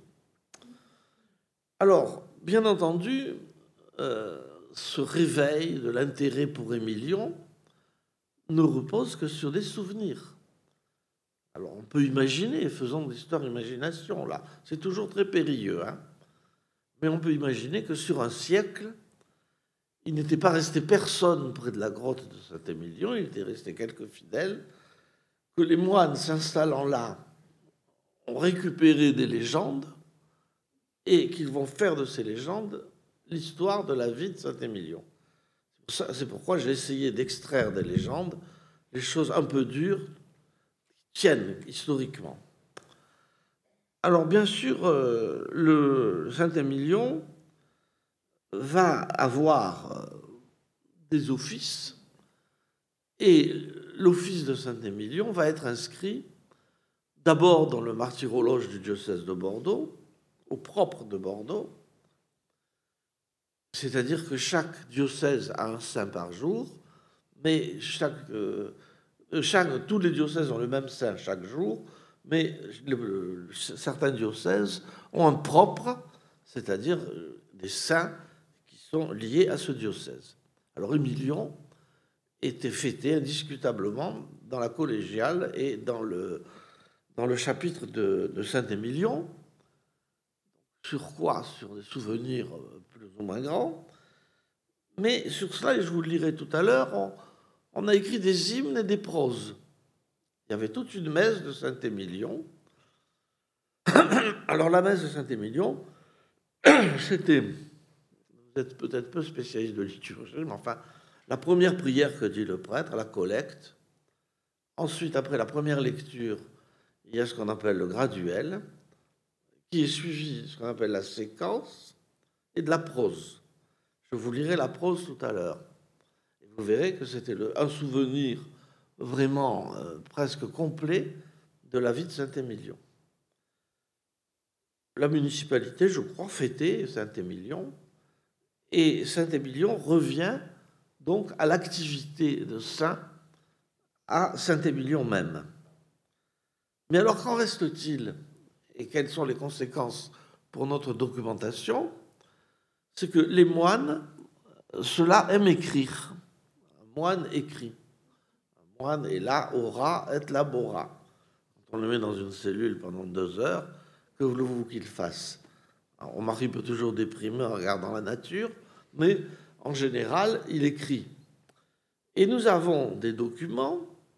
Alors, bien entendu, euh, ce réveil de l'intérêt pour Émilion ne repose que sur des souvenirs. Alors, on peut imaginer, faisons de l'histoire imagination, là, c'est toujours très périlleux, hein, mais on peut imaginer que sur un siècle, il n'était pas resté personne près de la grotte de Saint-Émilion, il était resté quelques fidèles, que les moines s'installant là ont récupéré des légendes et qu'ils vont faire de ces légendes l'histoire de la vie de Saint-Émilion. C'est pourquoi j'ai essayé d'extraire des légendes les choses un peu dures qui tiennent historiquement. Alors bien sûr, euh, le Saint-Émilion va avoir des offices et l'office de Saint-Émilion va être inscrit d'abord dans le martyrologe du diocèse de Bordeaux, au propre de Bordeaux, c'est-à-dire que chaque diocèse a un saint par jour, mais chaque, euh, chaque, tous les diocèses ont le même saint chaque jour, mais le, certains diocèses ont un propre, c'est-à-dire des saints qui sont liés à ce diocèse. Alors Émilion était fêté indiscutablement dans la collégiale et dans le, dans le chapitre de, de Saint-Émilion. Sur quoi? Sur des souvenirs plus ou moins grands. Mais sur cela, et je vous le lirai tout à l'heure, on, on a écrit des hymnes et des proses. Il y avait toute une messe de Saint-Émilion. Alors la messe de Saint-Émilion, c'était, vous êtes peut-être peu spécialiste de liturgie, mais enfin, la première prière que dit le prêtre, la collecte. Ensuite, après la première lecture, il y a ce qu'on appelle le graduel, qui est suivi de ce qu'on appelle la séquence, et de la prose. Je vous lirai la prose tout à l'heure. Et vous verrez que c'était le, un souvenir vraiment euh, presque complet de la vie de Saint-Émilion. La municipalité, je crois, fêtait Saint-Émilion, et Saint-Émilion revient donc à l'activité de saint à Saint-Émilion même. Mais alors, qu'en reste-t-il? Et quelles sont les conséquences pour notre documentation? C'est que les moines, ceux-là aiment écrire. Un moine écrit. Un moine est là, aura, et labora. Quand on le met dans une cellule pendant deux heures, que voulez-vous qu'il fasse? Alors, mon mari peut toujours déprimer en regardant la nature, mais en général, il écrit. Et nous avons des documents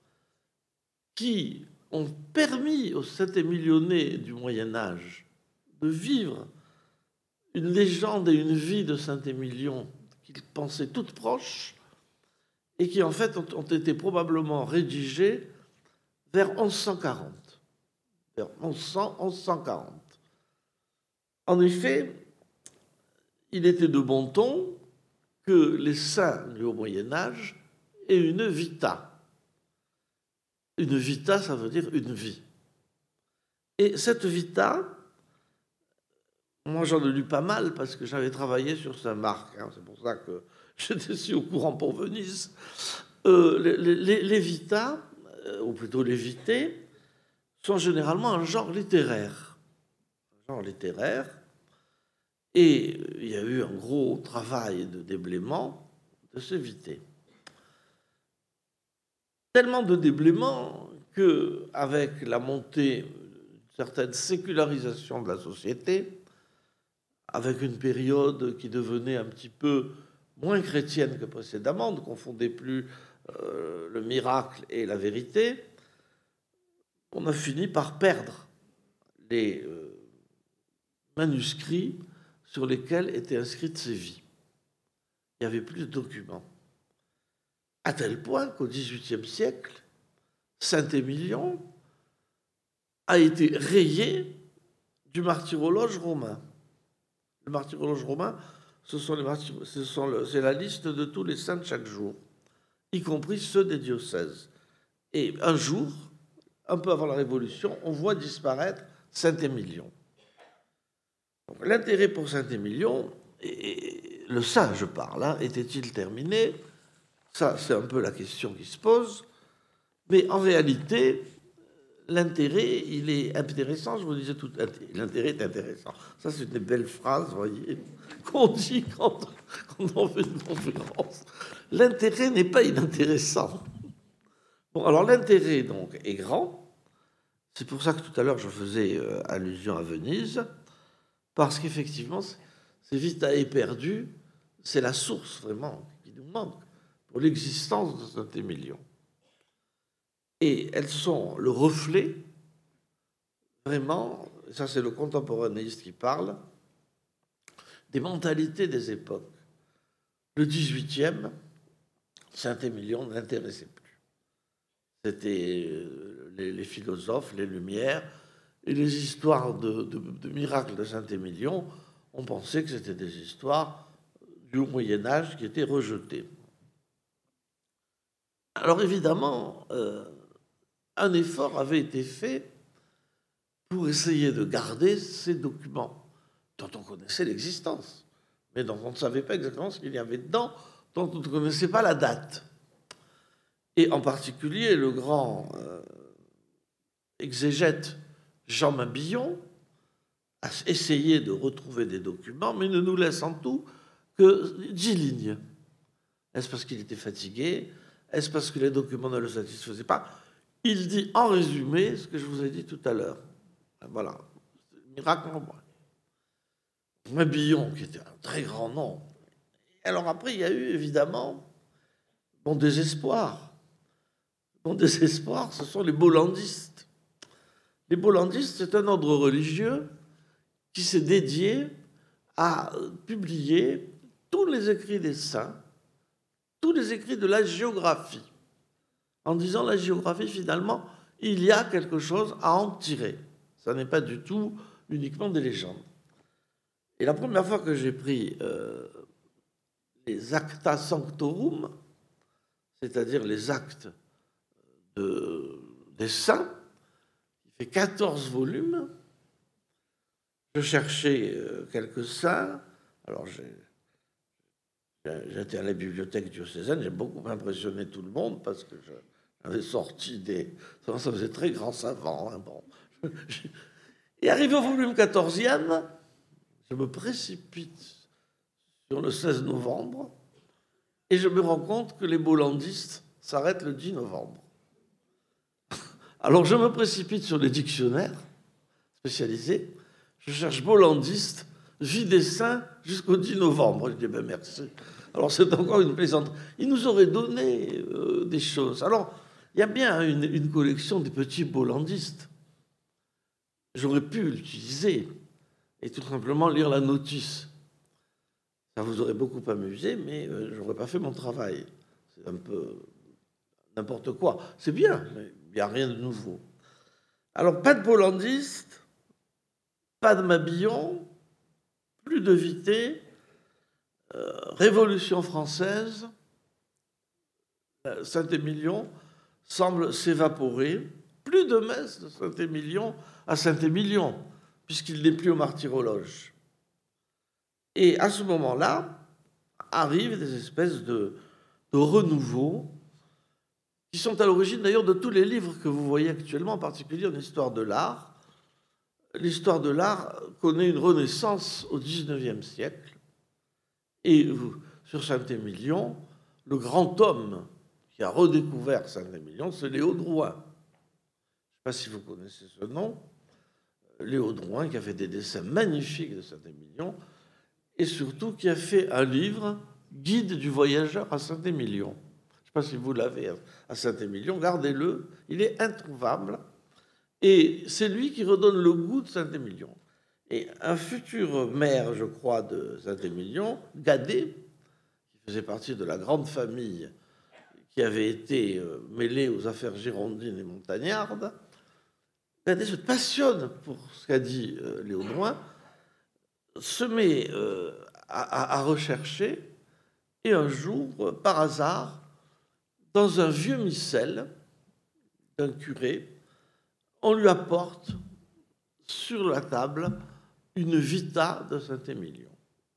qui ont permis aux Saint-Émilionnais du Moyen-Âge de vivre une légende et une vie de Saint-Émilion qu'ils pensaient toutes proches et qui, en fait, ont, ont été probablement rédigées vers onze cent quarante. Vers onze cents, onze cent quarante. En effet, il était de bon ton que les saints du Haut Moyen-Âge et une vita. Une vita, ça veut dire une vie. Et cette vita, moi j'en ai lu pas mal parce que j'avais travaillé sur Saint-Marc, hein, c'est pour ça que j'étais si au courant pour Venise. Euh, les, les, les vitas, euh, ou plutôt les vités, sont généralement un genre littéraire. Un genre littéraire. Et il y a eu un gros travail de déblaiement de ces vités. Tellement de déblaiement qu'avec la montée d'une certaine sécularisation de la société, avec une période qui devenait un petit peu moins chrétienne que précédemment, ne confondait plus euh, le miracle et la vérité, on a fini par perdre les euh, manuscrits sur lesquels étaient inscrites ces vies. Il n'y avait plus de documents. À tel point qu'au dix-huitième siècle, Saint-Émilion a été rayé du martyrologe romain. Le martyrologe romain, ce sont les martyrs, ce sont le, c'est la liste de tous les saints de chaque jour, y compris ceux des diocèses. Et un jour, un peu avant la Révolution, on voit disparaître Saint-Émilion. Donc, l'intérêt pour Saint-Émilion, et le saint, je parle, hein, était-il terminé? Ça, c'est un peu la question qui se pose. Mais en réalité, l'intérêt, il est intéressant. Je vous disais tout, l'intérêt est intéressant. Ça, c'est une belle phrase, vous voyez, qu'on dit quand, quand on fait une conférence. L'intérêt n'est pas inintéressant. Bon, alors l'intérêt, donc, est grand. C'est pour ça que tout à l'heure, je faisais euh, allusion à Venise, parce qu'effectivement, ces vitae perdues, c'est la source, vraiment, qui nous manque pour l'existence de Saint-Émilion. Et elles sont le reflet, vraiment, ça c'est le contemporanéiste qui parle, des mentalités des époques. Le dix-huitième, Saint-Émilion n'intéressait plus. C'était les, les philosophes, les Lumières, et les histoires de, de, de miracles de Saint-Émilion, on pensait que c'était des histoires du Moyen-Âge qui étaient rejetées. Alors évidemment, euh, un effort avait été fait pour essayer de garder ces documents dont on connaissait l'existence, mais dont on ne savait pas exactement ce qu'il y avait dedans, dont on ne connaissait pas la date. Et en particulier, le grand euh, exégète Jean Mabillon a essayé de retrouver des documents, mais ne nous laisse en tout que dix lignes. Est-ce parce qu'il était fatigué? Est-ce parce que les documents ne le satisfaisaient pas? Il dit en résumé ce que je vous ai dit tout à l'heure. Voilà, miracle en moi. Mabillon, qui était un très grand nom. Alors après, il y a eu évidemment mon désespoir. Mon désespoir, ce sont les bollandistes. Les bollandistes, c'est un ordre religieux qui s'est dédié à publier tous les écrits des saints, tous les écrits de la géographie, en disant la géographie, finalement, il y a quelque chose à en tirer. Ça n'est pas du tout uniquement des légendes. Et la première fois que j'ai pris euh, les Acta Sanctorum, c'est-à-dire les actes de, des saints, qui fait quatorze volumes, je cherchais euh, quelques saints. Alors j'ai J'étais à la bibliothèque diocésaine, j'ai beaucoup impressionné tout le monde parce que j'avais sorti des... Ça faisait très grand savant. Hein, bon. Et arrivé au volume quatorzième, je me précipite sur le seize novembre et je me rends compte que les bollandistes s'arrêtent le dix novembre. Alors je me précipite sur les dictionnaires spécialisés, je cherche bollandiste, vie des saints jusqu'au dix novembre. Je dis ben merci. Alors c'est encore une plaisanterie. Ils nous auraient donné euh, des choses. Alors il y a bien une, une collection des petits bollandistes. J'aurais pu l'utiliser et tout simplement lire la notice. Ça vous aurait beaucoup amusé, mais euh, je n'aurais pas fait mon travail. C'est un peu n'importe quoi. C'est bien, mais il n'y a rien de nouveau. Alors pas de bollandistes, pas de Mabillon, plus de Vité, euh, Révolution française, Saint-Émilion semble s'évaporer. Plus de messe de Saint-Émilion à Saint-Émilion, puisqu'il n'est plus au martyrologe. Et à ce moment-là, arrivent des espèces de, de renouveaux qui sont à l'origine d'ailleurs de tous les livres que vous voyez actuellement, en particulier en histoire de l'art. L'histoire de l'art connaît une renaissance au dix-neuvième siècle. Et sur Saint-Émilion, le grand homme qui a redécouvert Saint-Émilion, c'est Léo Drouin. Je ne sais pas si vous connaissez ce nom. Léo Drouin, qui a fait des dessins magnifiques de Saint-Émilion, et surtout qui a fait un livre, Guide du voyageur à Saint-Émilion. Je ne sais pas si vous l'avez à Saint-Émilion, gardez-le, il est introuvable. Et c'est lui qui redonne le goût de Saint-Émilion. Et un futur maire, je crois, de Saint-Émilion, Gadet, qui faisait partie de la grande famille qui avait été mêlée aux affaires girondines et montagnardes, Gadet se passionne pour ce qu'a dit Léo Drouin, se met à, à rechercher, et un jour, par hasard, dans un vieux missel d'un curé, on lui apporte sur la table une vita de Saint-Émilion.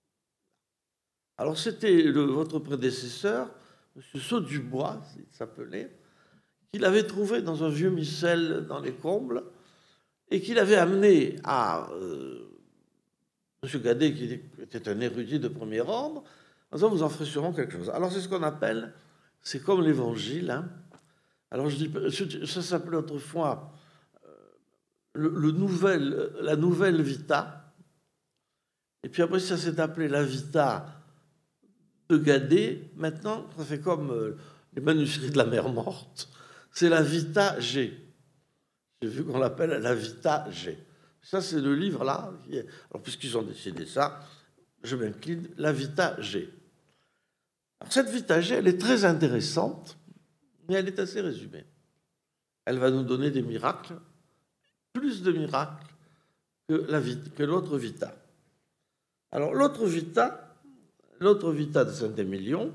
Alors c'était le, votre prédécesseur, M. Saut-Dubois, il s'appelait, qu'il avait trouvé dans un vieux missel dans les combles et qu'il avait amené à euh, M. Gadet, qui était un érudit de premier ordre, en disant, vous en ferez sûrement quelque chose. Alors c'est ce qu'on appelle, c'est comme l'Évangile. Hein. Alors je dis, ça s'appelait autrefois euh, le, le nouvel, la nouvelle Vita. Et puis après, ça s'est appelé la Vita de Gadet. Maintenant, ça fait comme euh, les manuscrits de la mer morte. C'est la Vita G. J'ai vu qu'on l'appelle la Vita G. Ça, c'est le livre là. Alors, puisqu'ils ont décidé ça, je m'incline, la Vita G. Alors, cette Vita G, elle est très intéressante, mais elle est assez résumée. Elle va nous donner des miracles, plus de miracles que, la, que l'autre Vita. Alors, l'autre Vita, l'autre Vita de Saint-Émilion,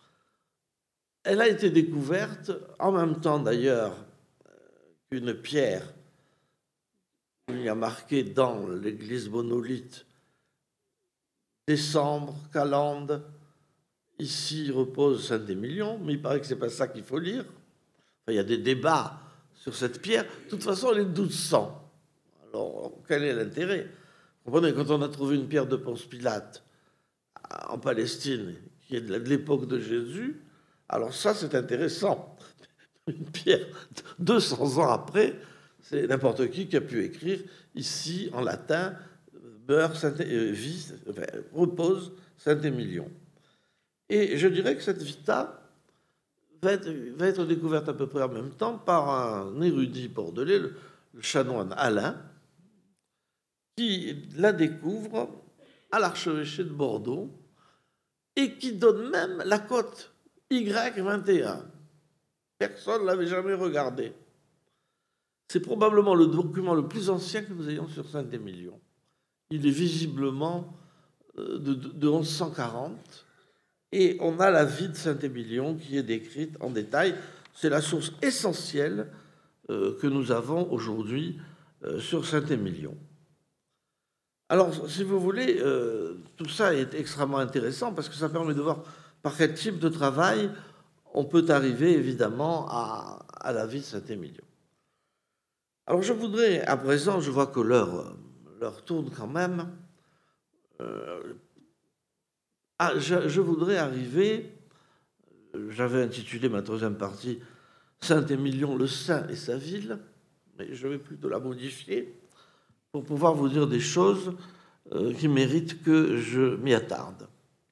elle a été découverte en même temps d'ailleurs qu'une pierre. Il y a marqué dans l'église monolithe décembre, Calende, ici repose Saint-Émilion, mais il paraît que ce n'est pas ça qu'il faut lire. Enfin, il y a des débats sur cette pierre. De toute façon, elle est douze cents. Alors, quel est l'intérêt? Vous comprenez, quand on a trouvé une pierre de Ponce Pilate en Palestine, qui est de l'époque de Jésus, alors ça, c'est intéressant. Une pierre deux cents ans après, c'est n'importe qui qui a pu écrire ici en latin meurt Saint euh, vie, enfin, repose Saint-Émilion. Et je dirais que cette vita va être, va être découverte à peu près en même temps par un érudit bordelais, le, le chanoine Alain, qui la découvre à l'archevêché de Bordeaux et qui donne même la cote Y vingt et un. Personne ne l'avait jamais regardé. C'est probablement le document le plus ancien que nous ayons sur Saint-Émilion. Il est visiblement de, de, de mille cent quarante et on a la vie de Saint-Émilion qui est décrite en détail. C'est la source essentielle euh, que nous avons aujourd'hui euh, sur Saint-Émilion. Alors, si vous voulez, euh, tout ça est extrêmement intéressant parce que ça permet de voir par quel type de travail on peut arriver évidemment à, à la vie de Saint-Émilion. Alors je voudrais, à présent, je vois que l'heure, l'heure tourne quand même, euh, ah, je, je voudrais arriver, j'avais intitulé ma troisième partie Saint-Émilion, le saint et sa ville, mais je vais plutôt la modifier pour pouvoir vous dire des choses euh, qui méritent que je m'y attarde.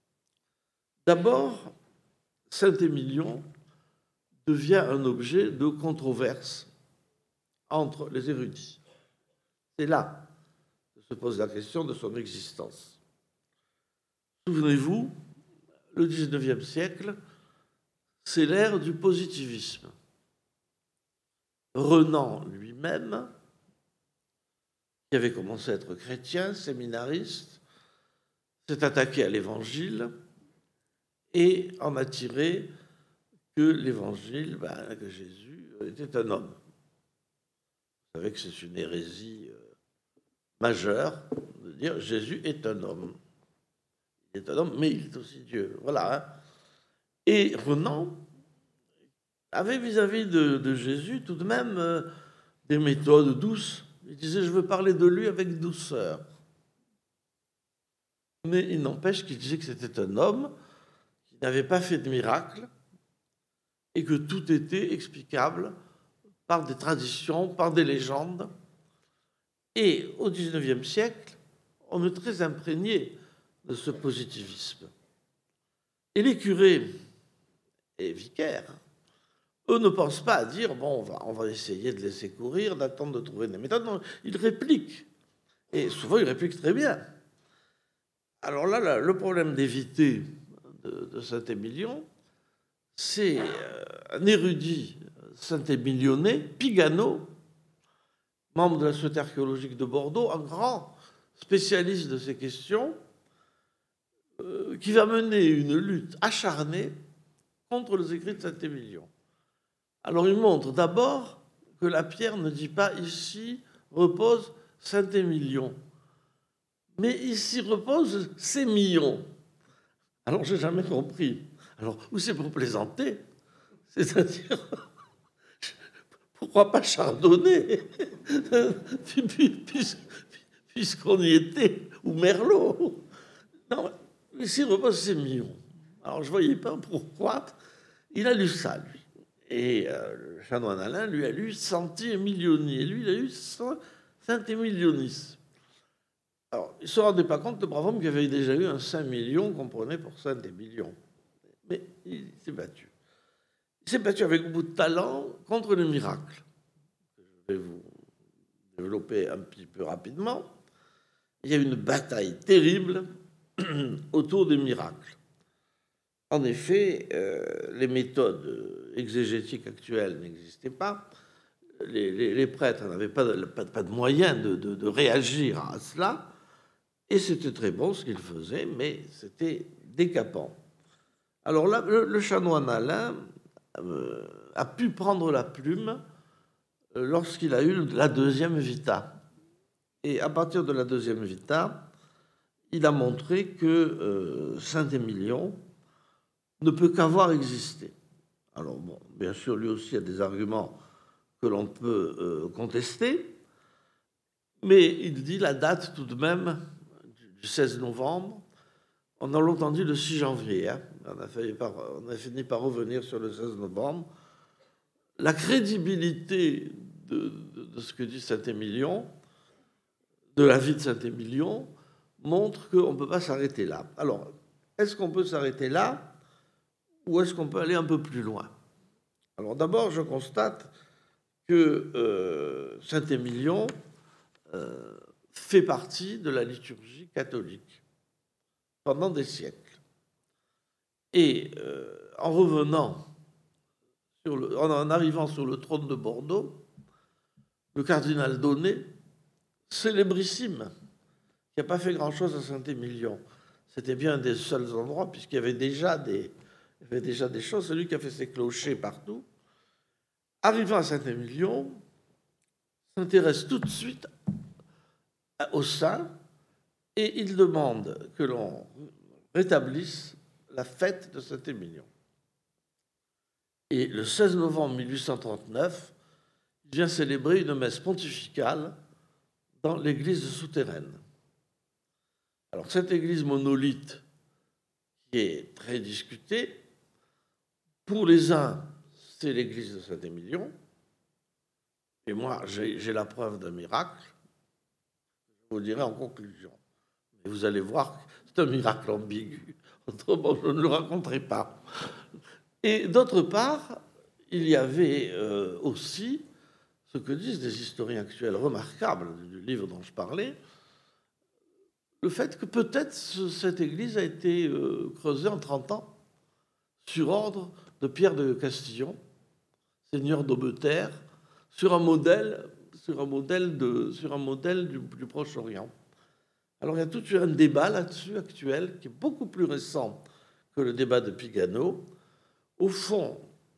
D'abord, Saint-Émilion devient un objet de controverse entre les érudits. C'est là que se pose la question de son existence. Souvenez-vous, le dix-neuvième siècle, c'est l'ère du positivisme. Renan lui-même, qui avait commencé à être chrétien, séminariste, s'est attaqué à l'Évangile et en a tiré que l'Évangile, ben, que Jésus était un homme. Vous savez que c'est une hérésie majeure de dire Jésus est un homme. Il est un homme, mais il est aussi Dieu. Voilà. Hein. Et Renan avait vis-à-vis de, de Jésus tout de même euh, des méthodes douces. Il disait, je veux parler de lui avec douceur. Mais il n'empêche qu'il disait que c'était un homme qui n'avait pas fait de miracle et que tout était explicable par des traditions, par des légendes. Et au dix-neuvième siècle, on est très imprégné de ce positivisme. Et les curés et vicaires, eux ne pensent pas à dire, bon, on va, on va essayer de laisser courir, d'attendre de trouver des méthodes. Non, ils répliquent. Et souvent, ils répliquent très bien. Alors là, là le problème d'éviter de, de Saint-Émilion, c'est un érudit saint-émilionnais, Pigano, membre de la Société archéologique de Bordeaux, un grand spécialiste de ces questions, euh, qui va mener une lutte acharnée contre les écrits de Saint-Émilion. Alors il montre d'abord que la pierre ne dit pas ici repose Saint-Émilion, mais ici repose Sémillon. Alors j'ai jamais compris. Alors où c'est pour plaisanter? C'est-à-dire, pourquoi pas Chardonnay, puisqu'on y était, ou Merlot? Non, ici repose Sémillon. Alors je ne voyais pas pourquoi. Il a lu ça, lui. Et euh, le chanoine Alain lui a lu Santi-Emilioni. Et lui, il a lu Saint-Émilionis. Alors, il ne se rendait pas compte, le brave homme, qu'il y avait déjà eu un Saint-Million qu'on prenait pour Saint-Émilion. Mais il s'est battu. Il s'est battu avec beaucoup de talent contre le miracle. Je vais vous développer un petit peu rapidement. Il y a eu une bataille terrible autour des miracles. En effet, euh, les méthodes exégétiques actuelles n'existaient pas. Les, les, les prêtres n'avaient pas, pas, pas de moyens de, de, de réagir à cela. Et c'était très bon ce qu'ils faisaient, mais c'était décapant. Alors là, le, le chanoine Alain euh, a pu prendre la plume euh, lorsqu'il a eu la deuxième vita. Et à partir de la deuxième vita, il a montré que euh, Saint-Émilion ne peut qu'avoir existé. Alors, bon, bien sûr, lui aussi a des arguments que l'on peut euh, contester, mais il dit la date tout de même du seize novembre. On a longtemps dit le six janvier. Hein. On, a fini par, on a fini par revenir sur le seize novembre. La crédibilité de, de, de ce que dit Saint-Émilion, de la vie de Saint-Émilion, montre qu'on ne peut pas s'arrêter là. Alors, est-ce qu'on peut s'arrêter là? Ou est-ce qu'on peut aller un peu plus loin? Alors d'abord, je constate que euh, Saint-Émilion euh, fait partie de la liturgie catholique pendant des siècles. Et euh, en revenant, sur le, en arrivant sur le trône de Bordeaux, le cardinal Donnet, célébrissime, qui n'a pas fait grand-chose à Saint-Émilion, c'était bien un des seuls endroits, puisqu'il y avait déjà des... Il y avait déjà des choses, c'est lui qui a fait ses clochers partout. Arrivant à Saint-Émilion, s'intéresse tout de suite au saint et il demande que l'on rétablisse la fête de Saint-Émilion. Et le seize novembre mille huit cent trente-neuf, il vient célébrer une messe pontificale dans l'église souterraine. Alors cette église monolithe, qui est très discutée, pour les uns, c'est l'église de Saint-Émilion. Et moi, j'ai, j'ai la preuve d'un miracle. Je vous dirai en conclusion. Mais vous allez voir, c'est un miracle ambigu. Autrement, je ne le raconterai pas. Et d'autre part, il y avait euh, aussi ce que disent des historiens actuels remarquables du livre dont je parlais, le fait que peut-être cette église a été euh, creusée en trente ans sur ordre de Pierre de Castillon, seigneur d'Aubeterre, sur un modèle, sur un modèle, de, sur un modèle du, du Proche-Orient. Alors il y a tout un débat là-dessus actuel qui est beaucoup plus récent que le débat de Pigano. Au fond,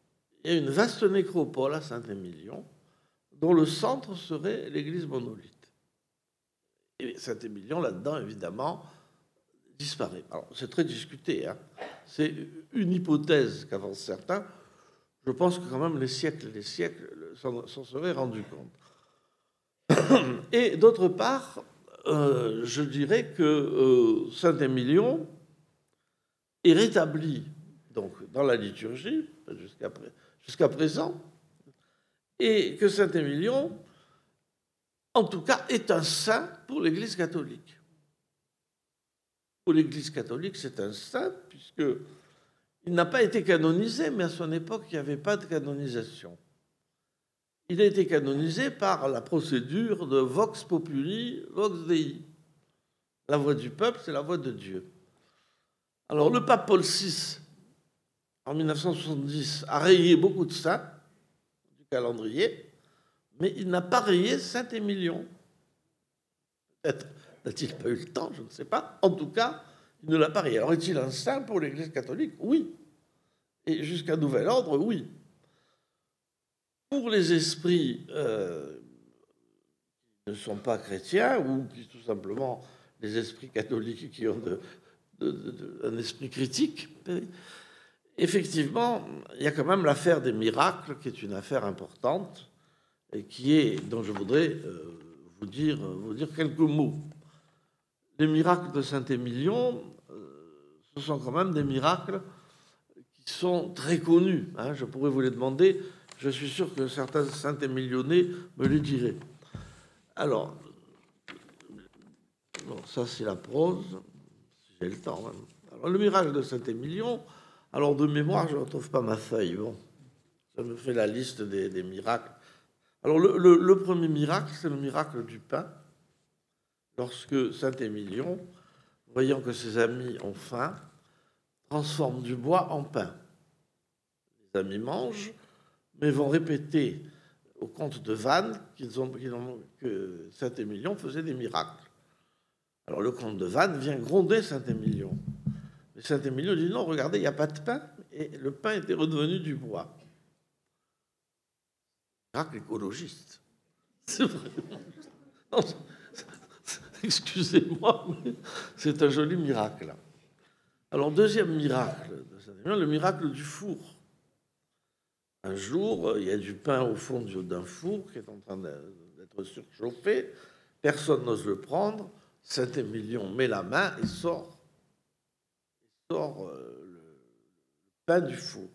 il y a une vaste nécropole à Saint-Émilion, dont le centre serait l'église monolithe. Et Saint-Émilion, là-dedans, évidemment, disparaît. Alors, c'est très discuté. Hein. C'est une hypothèse qu'avancent certains. Je pense que quand même les siècles et les siècles s'en seraient rendus compte. Et d'autre part, euh, je dirais que euh, Saint-Émilion est rétabli donc, dans la liturgie jusqu'à jusqu'à présent, et que Saint-Émilion, en tout cas, est un saint pour l'Église catholique. Pour l'Église catholique, c'est un saint, puisqu'il n'a pas été canonisé, mais à son époque, il n'y avait pas de canonisation. Il a été canonisé par la procédure de vox populi, vox dei. La voix du peuple, c'est la voix de Dieu. Alors, le pape Paul six, en mille neuf cent soixante-dix, a rayé beaucoup de saints du calendrier, mais il n'a pas rayé Saint-Émilion. Peut-être n'a-t-il pas eu le temps, je ne sais pas. En tout cas, il ne l'a pas rayé. Alors, est-il un saint pour l'Église catholique? Oui. Et jusqu'à nouvel ordre, oui. Pour les esprits euh, qui ne sont pas chrétiens, ou qui tout simplement les esprits catholiques qui ont de, de, de, de, un esprit critique, effectivement, il y a quand même l'affaire des miracles, qui est une affaire importante, et qui est, dont je voudrais euh, vous, dire, vous dire quelques mots. Les miracles de Saint-Émilion, euh, ce sont quand même des miracles qui sont très connus. Hein. Je pourrais vous les demander, je suis sûr que certains Saint-Émilionnais me les diraient. Alors, bon, ça c'est la prose, si j'ai le temps. Même. Alors, le miracle de Saint-Émilion, alors de mémoire, je ne retrouve pas ma feuille. Bon, ça me fait la liste des, des miracles. Alors, le, le, le premier miracle, c'est le miracle du pain. Lorsque Saint-Émilion, voyant que ses amis ont faim, transforme du bois en pain. Les amis mangent, mais vont répéter au comte de Vannes qu'ils ont, qu'ils ont, que Saint-Émilion faisait des miracles. Alors le comte de Vannes vient gronder Saint-Émilion. Mais Saint-Émilion dit non, regardez, il n'y a pas de pain, et le pain était redevenu du bois. Miracle écologiste. C'est vrai. Non, excusez-moi, mais c'est un joli miracle. Alors, deuxième miracle, le miracle du four. Un jour, il y a du pain au fond d'un four qui est en train d'être surchauffé. Personne n'ose le prendre. Saint-Émilion met la main et sort, sort le pain du four.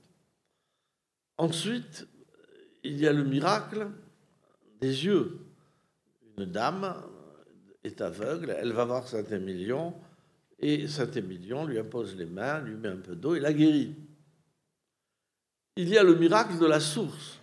Ensuite, il y a le miracle des yeux. Une dame est aveugle, elle va voir Saint-Émilion, et Saint-Émilion lui impose les mains, lui met un peu d'eau et la guérit. Il y a le miracle de la source.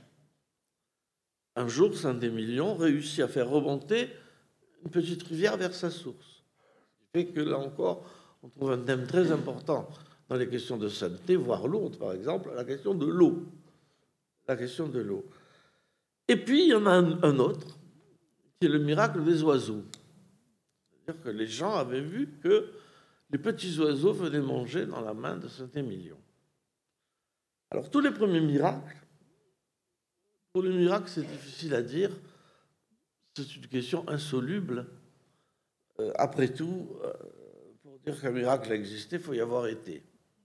Un jour, Saint-Émilion réussit à faire remonter une petite rivière vers sa source. Ce qui fait que, là encore, on trouve un thème très important dans les questions de sainteté, voire lourdes, par exemple, la question de l'eau. La question de l'eau. Et puis, il y en a un, un autre, qui est le miracle des oiseaux. C'est-à-dire que les gens avaient vu que les petits oiseaux venaient manger dans la main de Saint-Émilion. Alors, tous les premiers miracles, pour les miracles, c'est difficile à dire, c'est une question insoluble. Euh, après tout, euh, pour dire qu'un miracle a existé, il faut y avoir été.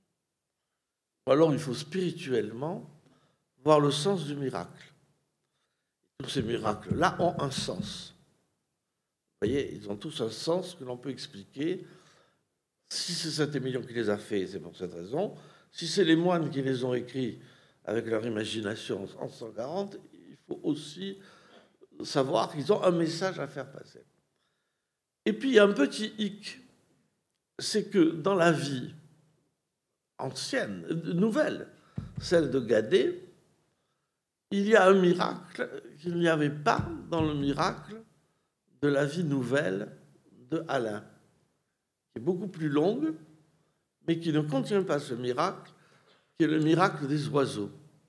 Ou alors, il faut spirituellement voir le sens du miracle. Tous ces miracles-là ont un sens. Vous voyez, ils ont tous un sens que l'on peut expliquer. Si c'est Saint-Émilion qui les a faits, c'est pour cette raison. Si c'est les moines qui les ont écrits avec leur imagination en cent quarante, il faut aussi savoir qu'ils ont un message à faire passer. Et puis, il y a un petit hic, c'est que dans la vie ancienne, nouvelle, celle de Guadet, il y a un miracle qu'il n'y avait pas dans le miracle de la vie nouvelle de Alain, qui est beaucoup plus longue, mais qui ne contient pas ce miracle, qui est le miracle des oiseaux.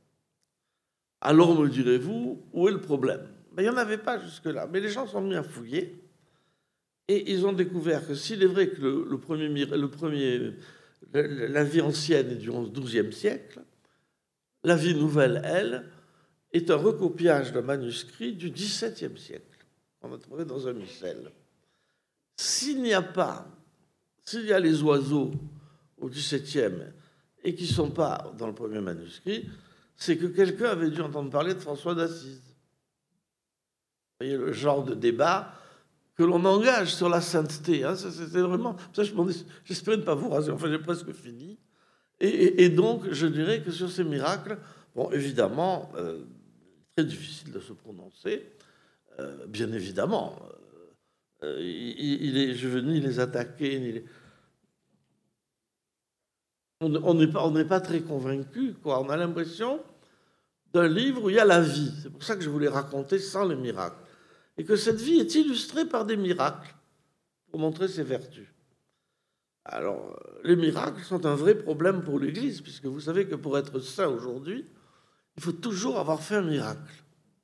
Alors, me direz-vous, où est le problème? Ben, il n'y en avait pas jusque-là, mais les gens sont mis à fouiller, et ils ont découvert que s'il est vrai que le, le premier, le premier, la vie ancienne est du douzième siècle, La Vie nouvelle, elle, est un recopiage d'un manuscrit du dix-septième siècle. On va trouver dans un missel. S'il n'y a pas, s'il y a les oiseaux au dix-septième et qui ne sont pas dans le premier manuscrit, c'est que quelqu'un avait dû entendre parler de François d'Assise. Vous voyez le genre de débat que l'on engage sur la sainteté. Hein, c'était vraiment. Ça, j'espérais ne pas vous raser. Enfin, j'ai presque fini. Et, et, et donc, je dirais que sur ces miracles, bon, évidemment, euh, très difficile de se prononcer. Euh, bien évidemment, euh, il, il est, je veux ni les attaquer, ni les... On n'est pas, on n'est pas très convaincu, quoi. On a l'impression d'un livre où il y a la vie. C'est pour ça que je voulais raconter sans les miracles. Et que cette vie est illustrée par des miracles pour montrer ses vertus. Alors, les miracles sont un vrai problème pour l'Église, puisque vous savez que pour être saint aujourd'hui, il faut toujours avoir fait un miracle.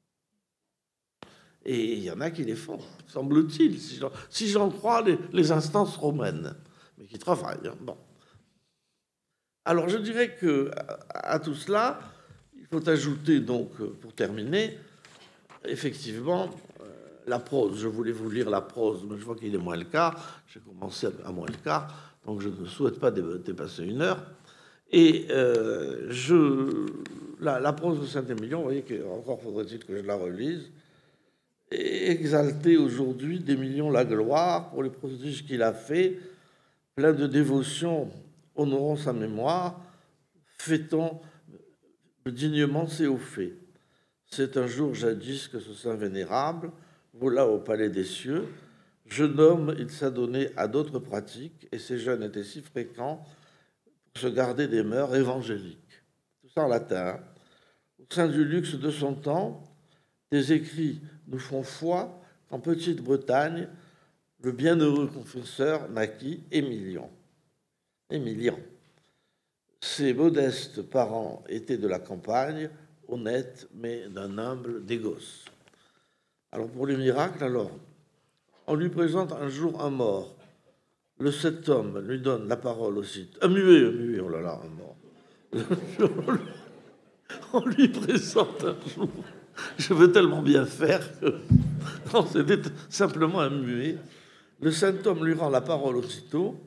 Et il y en a qui les font, semble-t-il, si j'en, si j'en crois les, les instances romaines, mais qui travaillent. Hein. Bon. Alors, je dirais que à, à tout cela, il faut ajouter, donc, pour terminer, effectivement, la prose. Je voulais vous lire la prose, mais je vois qu'il est moins le quart. J'ai commencé à moins le quart, donc je ne souhaite pas dépasser une heure. Et euh, je, la, la prose de Saint-Émilion, vous voyez qu'encore faudrait-il que je la relise, et exalter aujourd'hui d'Émilion la gloire pour les prodiges qu'il a fait, plein de dévotion, honorons sa mémoire, fêtons dignement ses hauts faits. C'est un jour jadis que ce saint vénérable vola au palais des cieux. Jeune homme, il s'adonnait à d'autres pratiques, et ces jeûnes étaient si fréquents pour se garder des mœurs évangéliques. Tout ça en latin. Au sein du luxe de son temps, des écrits nous font foi qu'en Petite-Bretagne, le bienheureux confesseur naquit Émilion. Émilion. Ses modestes parents étaient de la campagne, honnêtes, mais d'un humble négoce. Alors pour les miracles, alors, on lui présente un jour un mort. Le sept homme lui donne la parole aussi. Un muet, un muet, oh là là, un mort. On lui présente un jour. Je veux tellement bien faire que non, c'était simplement un muet. Le saint homme lui rend la parole aussitôt.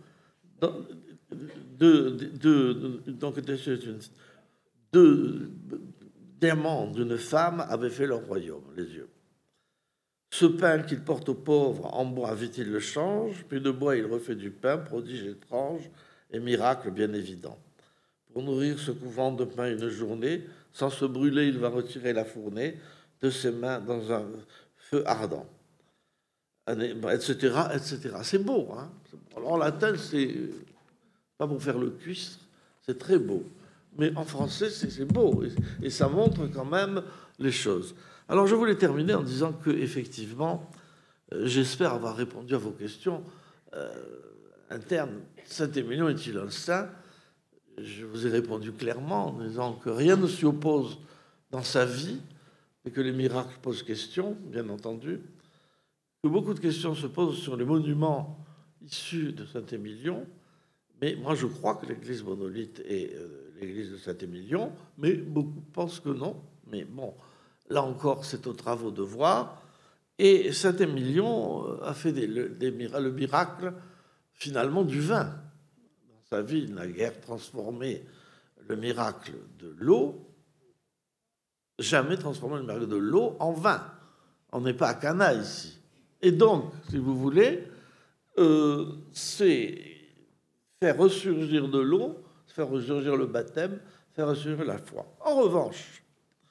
Deux, deux, donc, deux diamants d'une femme avaient fait leur royaume, les yeux. Ce pain qu'il porte aux pauvres, en bois vit-il le change, puis de bois il refait du pain, prodige étrange et miracle bien évident. Pour nourrir ce couvent de pain une journée, sans se brûler, il va retirer la fournée de ses mains dans un feu ardent, et cetera, et cetera. C'est beau, hein. En latin, c'est pas pour faire le cuistre, c'est très beau. Mais en français, c'est beau, et, et ça montre quand même les choses. Alors, je voulais terminer en disant que, effectivement, euh, j'espère avoir répondu à vos questions euh, internes. Saint-Émilion est-il un saint? Je vous ai répondu clairement en disant que rien ne s'y oppose dans sa vie, et que les miracles posent question, bien entendu, que beaucoup de questions se posent sur les monuments issus de Saint-Émilion, mais moi je crois que l'église monolithe est euh, l'église de Saint-Émilion, mais beaucoup pensent que non. Mais bon, là encore, c'est aux travaux de voir. Et Saint-Émilion a fait des, des, le miracle, finalement, du vin. Dans sa vie, il n'a guère transformé le miracle de l'eau, jamais transformé le miracle de l'eau en vin. On n'est pas à Cana ici. Et donc, si vous voulez, euh, c'est faire ressurgir de l'eau, faire ressurgir le baptême, faire ressurgir la foi. En revanche,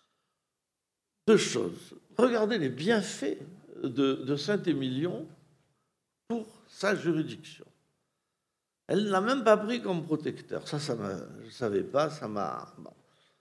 deux choses. Regardez les bienfaits de, de Saint-Émilion pour sa juridiction. Elle ne l'a même pas pris comme protecteur. Ça, ça m'a, je ne savais pas, ça m'a... Bon.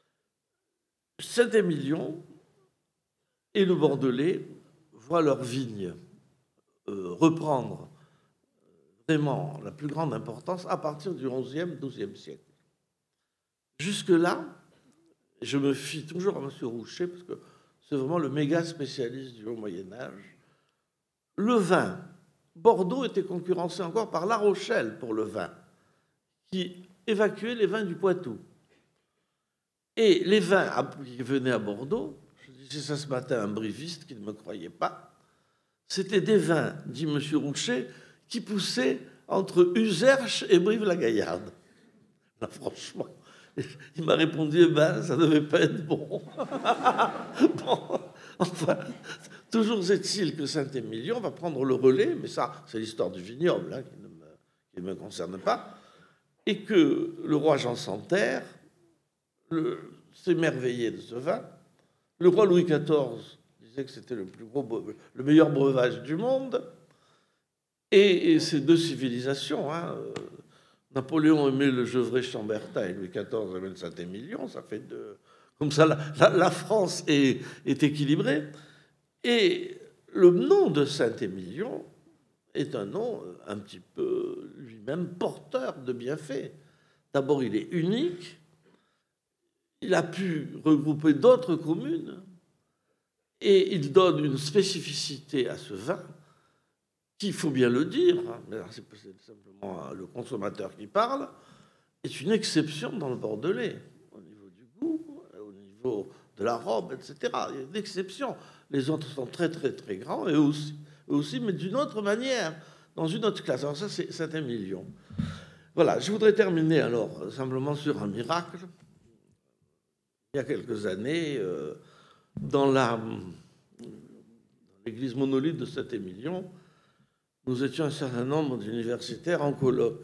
Saint-Émilion et le Bordelais voient leurs vignes euh, reprendre vraiment la plus grande importance à partir du onzième, douzième siècle. Jusque-là, je me fie toujours à M. Rouchet, parce que c'est vraiment le méga spécialiste du haut Moyen-Âge. Le vin, Bordeaux était concurrencé encore par La Rochelle pour le vin, qui évacuait les vins du Poitou. Et les vins qui venaient à Bordeaux, je disais ça ce matin à un briviste qui ne me croyait pas, c'était des vins, dit M. Rouchet, qui poussaient entre Uzerche et Brive-la-Gaillarde. Là, franchement, il m'a répondu, eh ben, ça ne devait pas être bon. Bon, enfin, toujours est-il que Saint-Émilion va prendre le relais, mais ça, c'est l'histoire du vignoble, hein, qui ne me, qui ne me concerne pas, et que le roi Jean Santerre s'émerveillait de ce vin. Le roi Louis quatorze disait que c'était le plus gros, le meilleur breuvage du monde. Et, et ces deux civilisations, hein, euh, Napoléon aimait le Gevrey-Chambertin et Louis quatorze aimait le Saint-Émilion, ça fait de... Comme ça, la, la, la France est, est équilibrée. Et le nom de Saint-Émilion est un nom un petit peu lui-même porteur de bienfaits. D'abord, il est unique. Il a pu regrouper d'autres communes et il donne une spécificité à ce vin qui, il faut bien le dire, hein, c'est simplement le consommateur qui parle, est une exception dans le Bordelais, au niveau du goût, au niveau de la robe, et cetera. Il y a une exception. Les autres sont très, très, très grands, et aussi, aussi mais d'une autre manière, dans une autre classe. Alors ça, c'est Saint-Émilion. Voilà, je voudrais terminer alors simplement sur un miracle. Il y a quelques années, euh, dans l'église monolithe de Saint-Émilion, nous étions un certain nombre d'universitaires en colloque.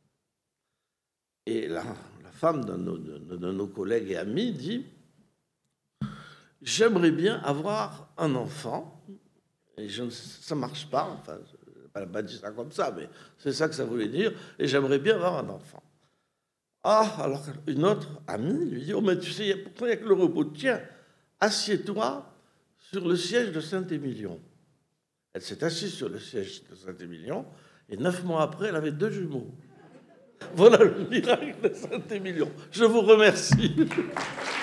Et la, la femme d'un de, de nos collègues et amis dit « J'aimerais bien avoir un enfant. » Et je ne, ça ne marche pas, enfin, elle n'a pas dit ça comme ça, mais c'est ça que ça voulait dire. Et j'aimerais bien avoir un enfant. Ah, alors une autre amie lui dit « Oh, mais tu sais, pourquoi il n'y a que le repos? Tiens, assieds-toi sur le siège de Saint-Émilion. » Elle s'est assise sur le siège de Saint-Émilion, et neuf mois après, elle avait deux jumeaux. Voilà le miracle de Saint-Émilion. Je vous remercie.